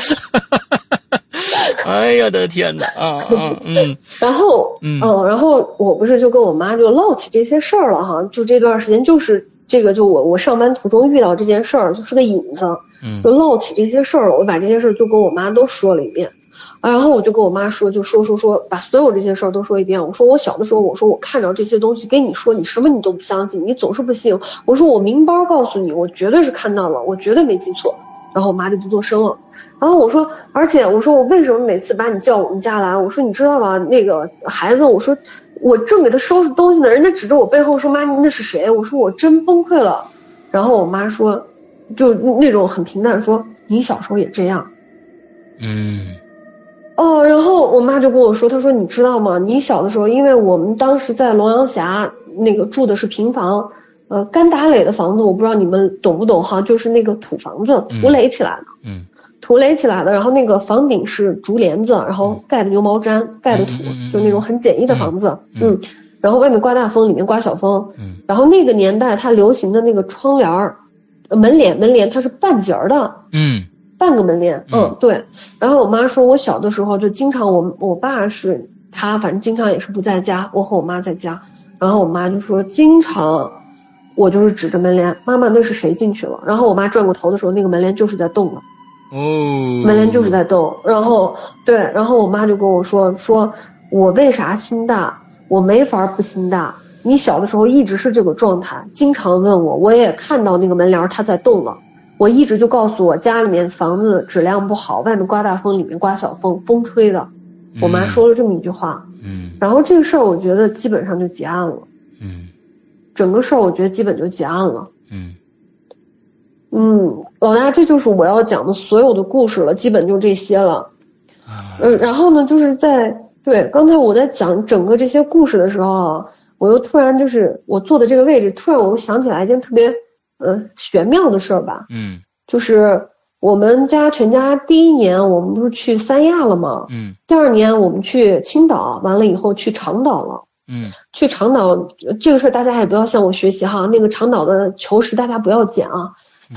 哎呀，我的天哪然后我不是就跟我妈就唠起这些事儿了哈，就这段时间就是这个就我上班途中遇到这件事儿，就是个引子。就唠起这些事儿了，我把这些事儿就跟我妈都说了一遍，然后我就跟我妈说，就说把所有这些事儿都说一遍。我说我小的时候，我说我看到这些东西跟你说，你什么你都不相信，你总是不信。我说我明白告诉你，我绝对是看到了，我绝对没记错。然后我妈就不作声了。然后我说，而且我说我为什么每次把你叫我们家来？我说你知道吧，那个孩子，我说我正给他收拾东西呢，人家指着我背后说妈，你那是谁？我说我真崩溃了。然后我妈说。就那种很平淡说你小时候也这样。然后我妈就跟我说，她说你知道吗，你小的时候，因为我们当时在龙阳峡那个住的是平房，干打垒的房子，我不知道你们懂不懂哈，就是那个土房子土垒起来的，土垒起来的，然后那个房顶是竹帘子，然后盖的牛毛毡，盖的土，就那种很简易的房子，然后外面刮大风，里面刮小风，然后那个年代它流行的那个窗帘儿。门帘它是半截儿的，半个门帘，对。然后我妈说，我小的时候就经常我爸是他，反正经常也是不在家，我和我妈在家。然后我妈就说，经常我就是指着门帘，妈妈那是谁进去了？然后我妈转过头的时候，那个门帘就是在动的，门帘就是在动。然后对，然后我妈就跟我说我为啥心大？我没法不心大。你小的时候一直是这个状态，经常问我也看到那个门帘它在动了，我一直就告诉我家里面房子质量不好，外面刮大风，里面刮小风，风吹的。我妈说了这么一句话，然后这个事儿我觉得基本上就结案了，整个事儿我觉得基本就结案了，老大，这就是我要讲的所有的故事了，基本就这些了，然后呢，就是对刚才我在讲整个这些故事的时候，我又突然就是我坐的这个位置，突然我想起来一件特别玄妙的事儿吧，就是我们家全家第一年我们不是去三亚了吗？第2年我们去青岛，完了以后去长岛了。去长岛这个事儿大家也不要向我学习哈，那个长岛的球石大家不要捡啊。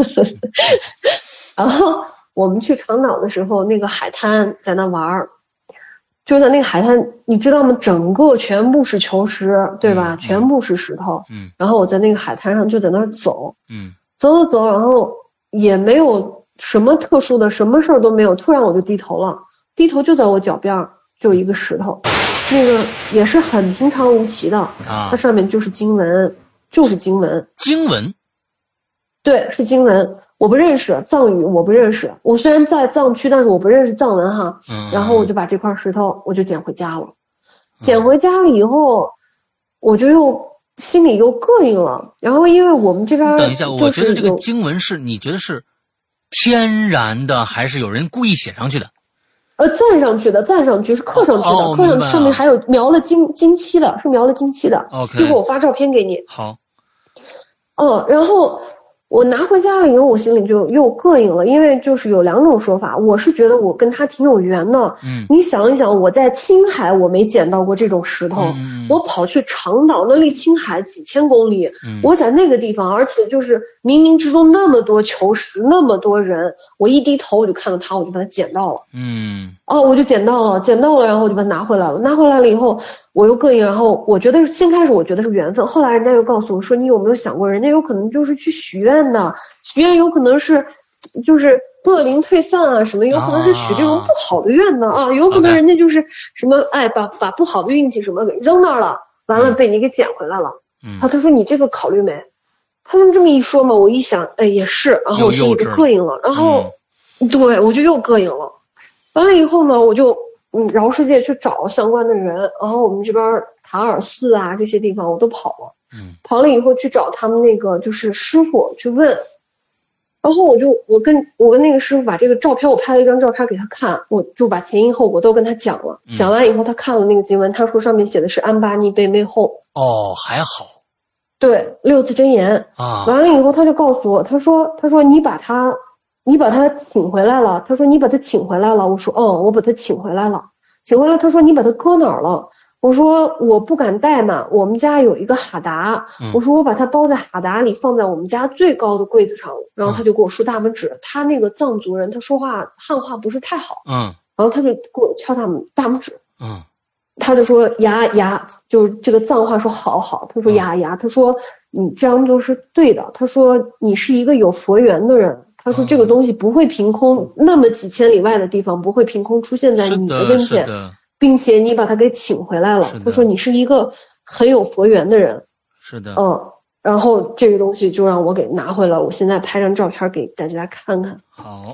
然后我们去长岛的时候，那个海滩在那玩儿。就在那个海滩，你知道吗？整个全部是球石，对吧？全部是石头。然后我在那个海滩上就在那儿走，走，然后也没有什么特殊的，什么事儿都没有。突然我就低头了，低头就在我脚边就一个石头，那个也是很平常无奇的，它上面就是经文，经文，对，是经文。我不认识藏语，我不认识。我虽然在藏区，但是我不认识藏文哈。然后我就把这块石头我就捡回家了。捡回家了以后，我就又心里又膈应了。然后因为我们这边等一下，我觉得这个经文是你觉得是天然的，还是有人故意写上去的？ 赞上去是刻上去的，刻上面还有描了金漆的，是描了金漆的。 OK， 一会儿我发照片给你。 好。 然后我拿回家了以后，我心里就又膈应了，因为就是有2种说法，我是觉得我跟他挺有缘的。你想一想，我在青海我没捡到过这种石头，我跑去长岛，那离青海几千公里，我在那个地方，而且就是冥冥之中那么多求石，那么多人，我一低头我就看到他，我就把它捡到了。我就捡到了，然后我就把它拿回来了。拿回来了以后，我又膈应，然后我觉得先开始我觉得是缘分，后来人家又告诉我说，你有没有想过，人家有可能就是去许愿的，许愿有可能是就是恶灵退散啊什么，有可能是许这种不好的愿的有可能人家就是什么把不好的运气什么给扔那儿了，完了被你给捡回来了。他说你这个考虑没？他们这么一说嘛，我一想，也是，然后我心里就膈应了，然后对我就又膈应了。完了以后呢，我就饶世界去找相关的人，然后我们这边塔尔寺啊这些地方我都跑了，跑了以后去找他们那个就是师傅去问，然后我跟那个师傅把这个照片，我拍了一张照片给他看，我就把前因后果都跟他讲了，讲完以后他看了那个经文，他说上面写的是安巴尼贝妹后。 还好。 对，6字真言啊。完了以后他就告诉我，他说你把他请回来了，他说你把他请回来了，我说我把他请回来了，他说你把他搁哪儿了？我说我不敢带嘛，我们家有一个哈达，我说我把它包在哈达里，放在我们家最高的柜子上，然后他就给我竖大拇指，他那个藏族人他说话汉话不是太好，然后他就给我敲大拇指，他就说呀，就是这个藏话说好，他说呀，他说你这样就是对的，他说你是一个有佛缘的人，他说这个东西不会凭空，那么几千里外的地方不会凭空出现在你的跟前，并且你把他给请回来了，他说你是一个很有佛缘的人。 是的。 然后这个东西就让我给拿回来，我现在拍张照片给大家看看。 好。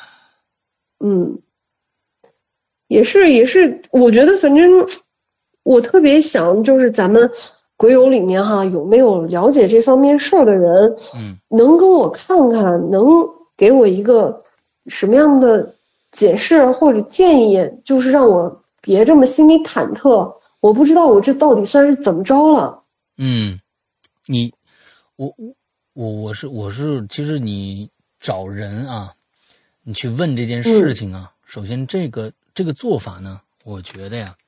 也是，我觉得反正我特别想，就是咱们鬼友里面有没有了解这方面事儿的人，能跟我看看，能给我一个什么样的解释或者建议，就是让我别这么心里忐忑。我不知道我这到底算是怎么着了。 我是，其实你找人你去问这件事情首先这个做法呢，我觉得呀，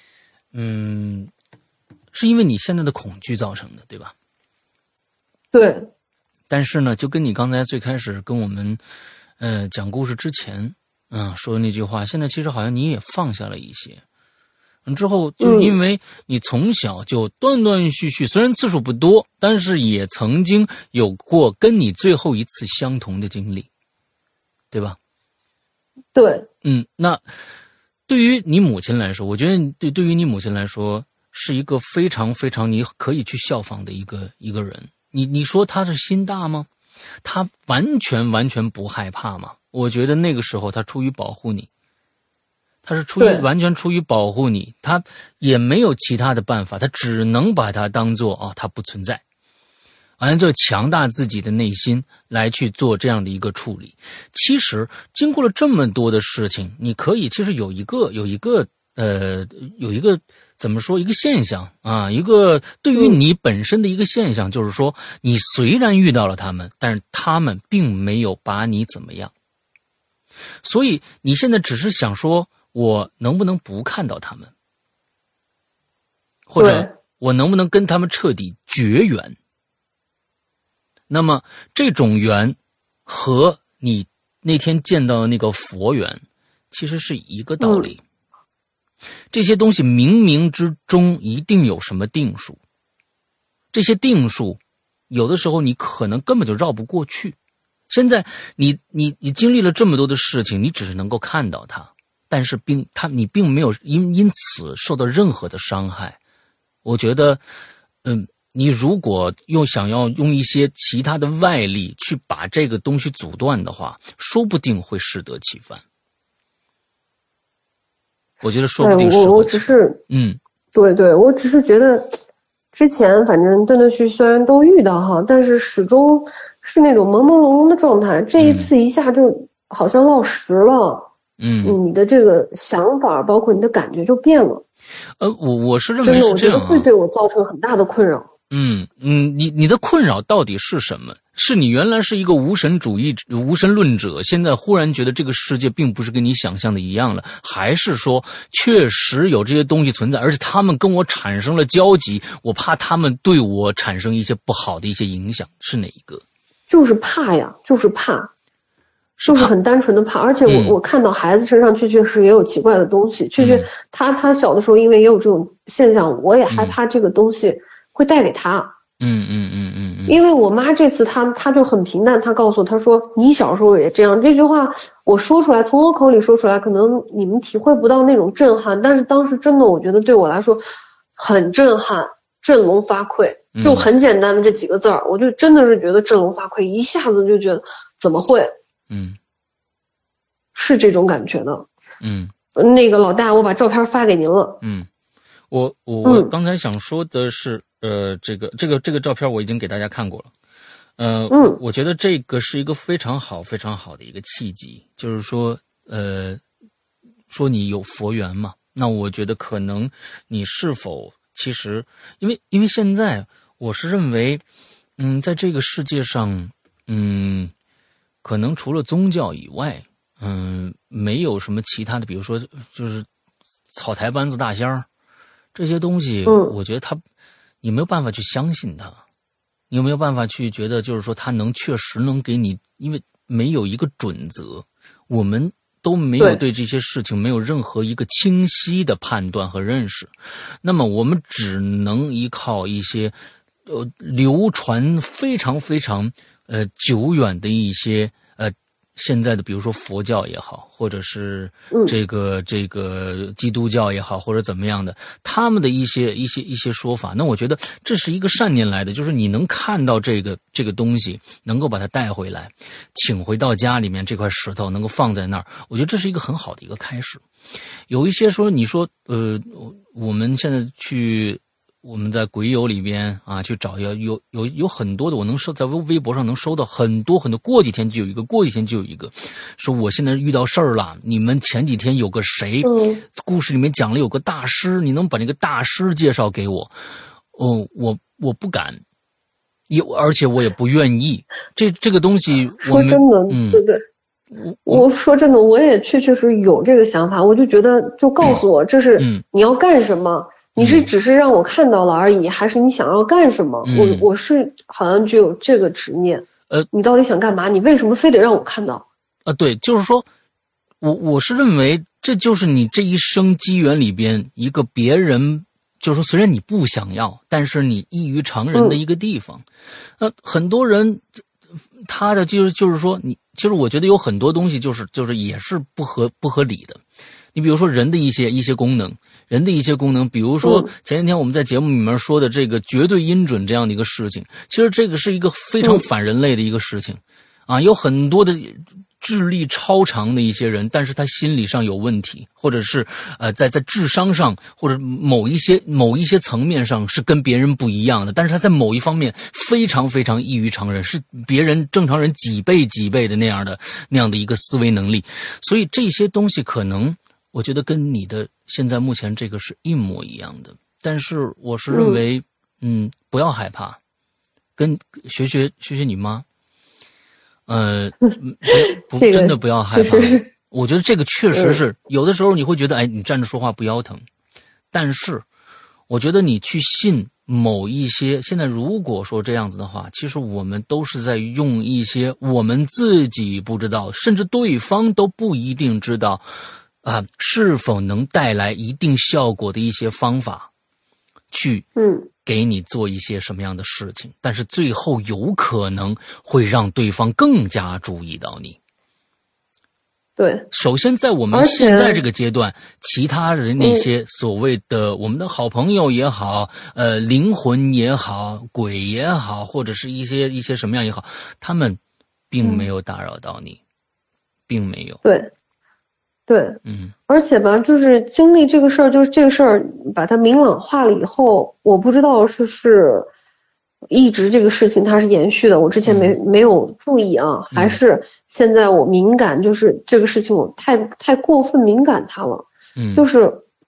是因为你现在的恐惧造成的，对吧？ 对。 但是呢，就跟你刚才最开始跟我们讲故事之前说的那句话，现在其实好像你也放下了一些。之后就因为你从小就断断续续，虽然次数不多，但是也曾经有过跟你最后一次相同的经历，对吧？ 对。 那对于你母亲来说，我觉得对于你母亲来说是一个非常非常你可以去效仿的一个人。你说她是心大吗？她完全不害怕吗？我觉得那个时候她出于保护你，她是完全出于保护你，她也没有其他的办法，她只能把它当做她不存在。好像就强大自己的内心来去做这样的一个处理。其实经过了这么多的事情，你可以其实有一个怎么说，一个现象一个对于你本身的一个现象，就是说你虽然遇到了他们，但是他们并没有把你怎么样。所以你现在只是想说，我能不能不看到他们，或者我能不能跟他们彻底绝缘。那么这种缘和你那天见到的那个佛缘其实是一个道理。这些东西冥冥之中一定有什么定数，这些定数有的时候你可能根本就绕不过去。现在你经历了这么多的事情，你只是能够看到它，但是你并没有因此受到任何的伤害。我觉得你如果想要用一些其他的外力去把这个东西阻断的话，说不定会适得其反。我觉得说不定适得其反。 我只是对，我只是觉得之前反正断断续续虽然都遇到但是始终是那种朦朦胧胧的状态。这一次一下就好像落实了。你的这个想法包括你的感觉就变了。 我是认为是这样真的我觉得会对我造成很大的困扰。 你的困扰到底是什么？是你原来是一个无神论者，现在忽然觉得这个世界并不是跟你想象的一样了，还是说确实有这些东西存在，而且他们跟我产生了交集，我怕他们对我产生一些不好的一些影响，是哪一个？ 就是怕呀，就是怕。就是很单纯的怕，而且我看到孩子身上确实也有奇怪的东西，确实他小的时候因为也有这种现象，我也害怕这个东西会带给他。因为我妈这次她就很平淡，她告诉我，她说你小时候也这样。这句话我说出来，从我口里说出来，可能你们体会不到那种震撼，但是当时真的我觉得对我来说很震撼，振聋发聩，就很简单的这几个字儿，我就真的是觉得振聋发聩，一下子就觉得怎么会。是这种感觉的。那个老大，我把照片发给您了。 我刚才想说的是，这个照片我已经给大家看过了。我觉得这个是一个非常好非常好的一个契机，就是说，说你有佛缘嘛，那我觉得可能你是否其实，因为现在我是认为，在这个世界上，可能除了宗教以外，没有什么其他的，比如说就是草台班子大仙儿这些东西，我觉得你没有办法去相信它，你有没有办法去觉得就是说它确实能给你，因为没有一个准则，我们都没有对这些事情没有任何一个清晰的判断和认识，那么我们只能依靠一些流传非常非常久远的一些现在的比如说佛教也好，或者是这个基督教也好，或者怎么样的，他们的一些说法，那我觉得这是一个善念来的，就是你能看到这个东西，能够把它带回来，请回到家里面，这块石头能够放在那儿，我觉得这是一个很好的一个开始。有一些说你说我们现在我们在鬼友里边啊，去找有很多的，我能在微博上能收到很多很多，过几天就有一个，说我现在遇到事儿了，你们前几天有个谁，故事里面讲了有个大师，你能把那个大师介绍给我？我不敢，而且我也不愿意。这个东西， 说真的，对。我说真的，我也确实有这个想法，我就觉得就告诉我这是你要干什么。你是只是让我看到了而已，还是你想要干什么？我是好像就有这个执念。你到底想干嘛？你为什么非得让我看到？ 对，就是说，我是认为这就是你这一生机缘里边一个别人，就是说虽然你不想要，但是你异于常人的一个地方。很多人他的就是说其实我觉得有很多东西就是也是不合理的。你比如说人的一些功能，比如说前几天我们在节目里面说的这个绝对音准这样的一个事情，其实这个是一个非常反人类的一个事情啊，有很多的智力超常的一些人，但是他心理上有问题，或者是在智商上或者某一些层面上是跟别人不一样的，但是他在某一方面非常非常异于常人，是别人正常人几倍的那样的一个思维能力，所以这些东西可能我觉得跟你的现在目前这个是一模一样的，但是我是认为，不要害怕，跟学你妈，真的不要害怕。我觉得这个确实是有的时候你会觉得，你站着说话不腰疼，但是我觉得你去信某一些，现在如果说这样子的话，其实我们都是在用一些我们自己不知道，甚至对方都不一定知道。是否能带来一定效果的一些方法，去给你做一些什么样的事情，但是最后有可能会让对方更加注意到你。 对， 首先在我们现在这个阶段，其他的那些所谓的我们的好朋友也好，灵魂也好，鬼也好，或者是一些什么样也好，他们并没有打扰到你，并没有。 对，而且吧，就是经历这个事儿，就是这个事儿把它明朗化了以后，我不知道是一直这个事情它是延续的，我之前没有注意啊，还是现在我敏感，就是这个事情我太过分敏感它了，就是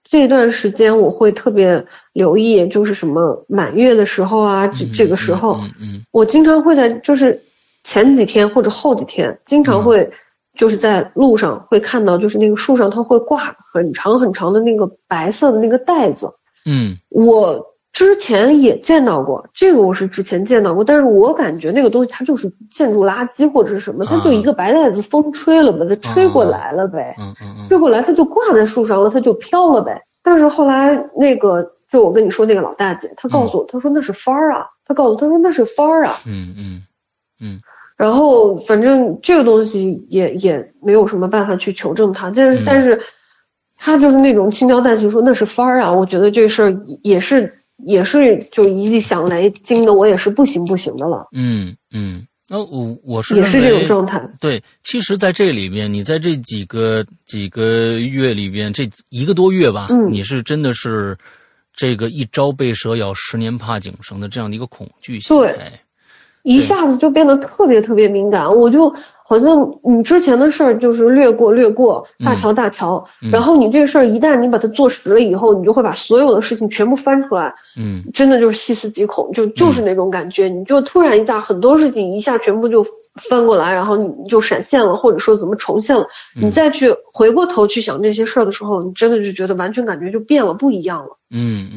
这段时间我会特别留意，就是什么满月的时候啊，这个时候，我经常会在就是前几天或者后几天，经常会就是在路上会看到，就是那个树上它会挂很长很长的那个白色的那个带子。我之前也见到过，这个我是之前见到过，但是我感觉那个东西它就是建筑垃圾或者是什么，它就一个白带子，风吹了把它吹过来了呗，吹过来它就挂在树上了，它就飘了呗。但是后来那个就我跟你说那个老大姐，她告诉我，她说那是幡儿啊，她告诉我她说那是幡儿啊，然后反正这个东西也没有什么办法去求证它，但是她就是那种轻描淡写说那是幡儿啊，我觉得这事儿也是就一记响雷惊的我也是不行的了。 我是也是这种状态。 对，其实在这里边，你在这几个月里边，这1个多月吧，你是真的是这个一朝被蛇咬10年怕井绳的这样的一个恐惧心态。 对，一下子就变得特别敏感，我就好像你之前的事儿就是略过，大条，然后你这个事儿一旦你把它做实了以后，你就会把所有的事情全部翻出来，真的就是细思极恐，就是那种感觉，你就突然一下很多事情一下全部就翻过来，然后你就闪现了，或者说怎么重现了，你再去回过头去想这些事儿的时候，你真的就觉得完全感觉就变了，不一样了。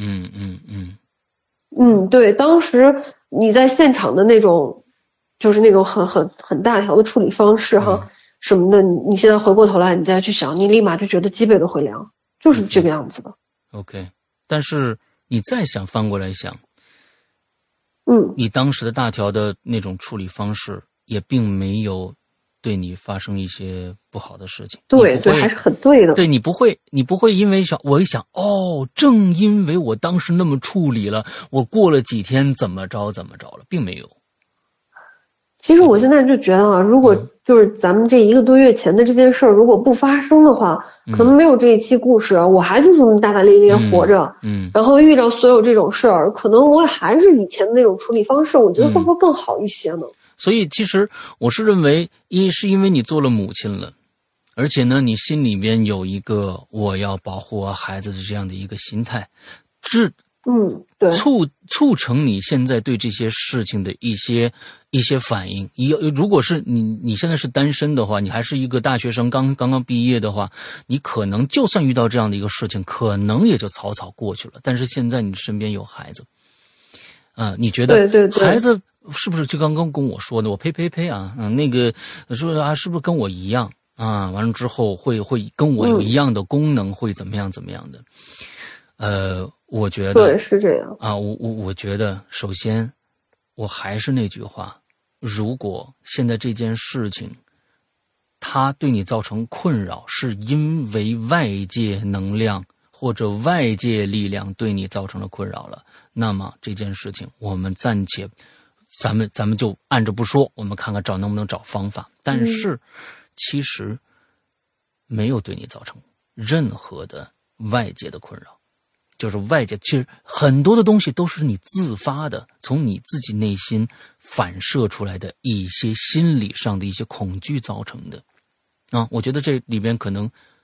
对，当时你在现场的那种，就是那种很大条的处理方式哈，什么的，你现在回过头来你再去想，你立马就觉得脊背都会凉，就是这个样子的。 OK， 但是你再想翻过来想，你当时的大条的那种处理方式也并没有对你发生一些不好的事情。 对，还是很对的。 对，你不会因为我一想，正因为我当时那么处理了，我过了几天怎么着了，并没有。 其实我现在就觉得啊，如果就是咱们这1个多月前的这件事儿如果不发生的话，可能没有这一期故事，我还是这么大大咧咧活着，然后遇到所有这种事儿，可能我还是以前的那种处理方式，我觉得会不会更好一些呢？ 所以其实我是认为，是因为你做了母亲了，而且呢，你心里边有一个我要保护我孩子的这样的一个心态，对，促成你现在对这些事情的一些反应。如果是你现在是单身的话，你还是一个大学生刚刚毕业的话，你可能就算遇到这样的一个事情，可能也就草草过去了。但是现在你身边有孩子，你觉得孩子是不是就刚刚跟我说的？我呸啊，那个说啊，是不是跟我一样啊？完了之后会跟我有一样的功能，会怎么样的？我觉得对是这样啊，我觉得首先我还是那句话，如果现在这件事情它对你造成困扰，是因为外界能量或者外界力量对你造成了困扰了，那么这件事情我们暂且咱们就按着不说，我们看看能不能找方法。但是其实没有对你造成任何的外界的困扰，就是外界其实很多的东西都是你自发的，从你自己内心反射出来的一些心理上的一些恐惧造成的啊。我觉得这里边可能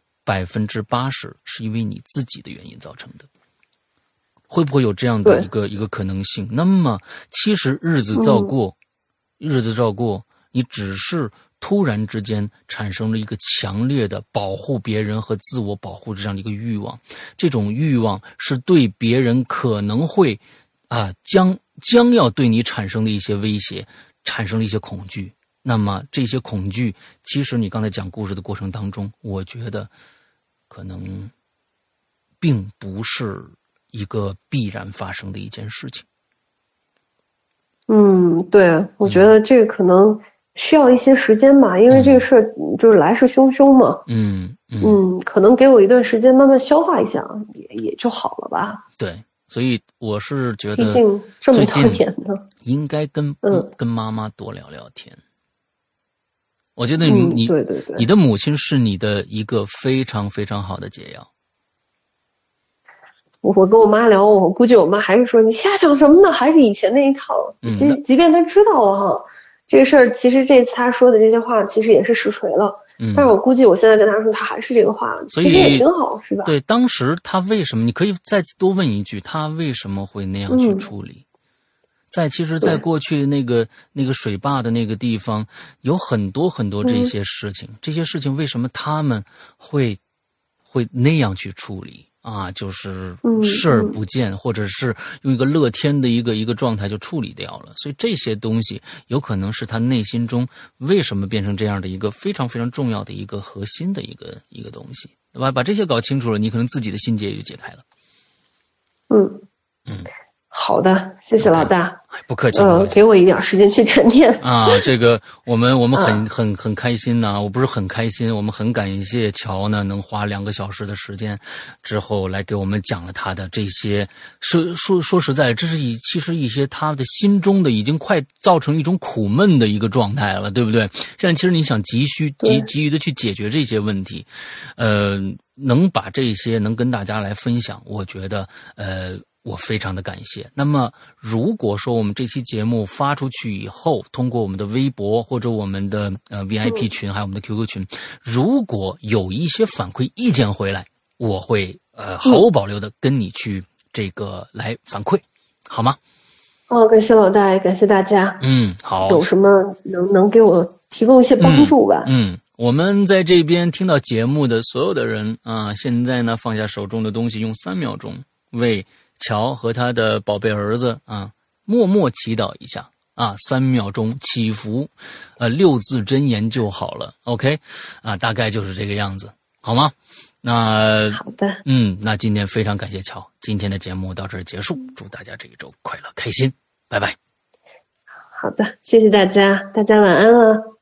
80%是因为你自己的原因造成的。会不会有这样的一个可能性？那么其实日子照过，你只是突然之间产生了一个强烈的保护别人和自我保护这样的一个欲望，这种欲望是对别人可能会将要对你产生的一些威胁产生了一些恐惧。那么这些恐惧其实你刚才讲故事的过程当中，我觉得可能并不是一个必然发生的一件事情。 对，我觉得这个可能需要一些时间吧，因为这个事儿就是来势汹汹嘛。可能给我一段时间慢慢消化一下，也就好了吧。 对，所以我是觉得， 毕竟这么多年呢， 应该跟妈妈多聊聊天。我觉得你的母亲是你的一个非常非常好的解药。 我跟我妈聊，我估计我妈还是说你瞎想什么呢，还是以前那一套。即便她知道了哈，这个事儿其实这次她说的这些话其实也是实锤了。 但是我估计我现在跟他说，他还是这个话， 所以其实也挺好，是吧？ 对，当时他为什么？你可以再多问一句，他为什么会那样去处理？其实，在过去那个水坝的那个地方，有很多很多这些事情，这些事情为什么他们会那样去处理啊？就是视而不见，或者是用一个乐天的一个状态就处理掉了。所以这些东西有可能是他内心中为什么变成这样的一个非常非常重要的一个核心的一个东西，对吧？把这些搞清楚了，你可能自己的心结也就解开了。 好的，谢谢老大。 不客气， 给我一点时间去沉淀啊。这个我们很开心呐，我不是很开心，我们很感谢乔呢，能花2个小时的时间之后来给我们讲了他的这些。说实在，这是其实一些他的心中的已经快造成一种苦闷的一个状态了，对不对？现在其实你想急于的去解决这些问题，能把这些能跟大家来分享，我觉得我非常的感谢。那么如果说我们这期节目发出去以后，通过我们的微博或者我们的VIP 群还有我们的 QQ 群，如果有一些反馈意见回来，我会毫无保留的跟你去这个来反馈，好吗？ 感谢老大，感谢大家。 好。 有什么能给我提供一些帮助吧？ 我们在这边听到节目的所有的人啊，现在呢放下手中的东西，用3秒钟为乔和他的宝贝儿子啊默默祈祷一下啊，3秒钟祈福，6字真言就好了。OK 啊，大概就是这个样子，好吗？那好的， 那今天非常感谢乔，今天的节目到这儿结束，祝大家这一周快乐开心，拜拜。 好的，谢谢大家，大家晚安了。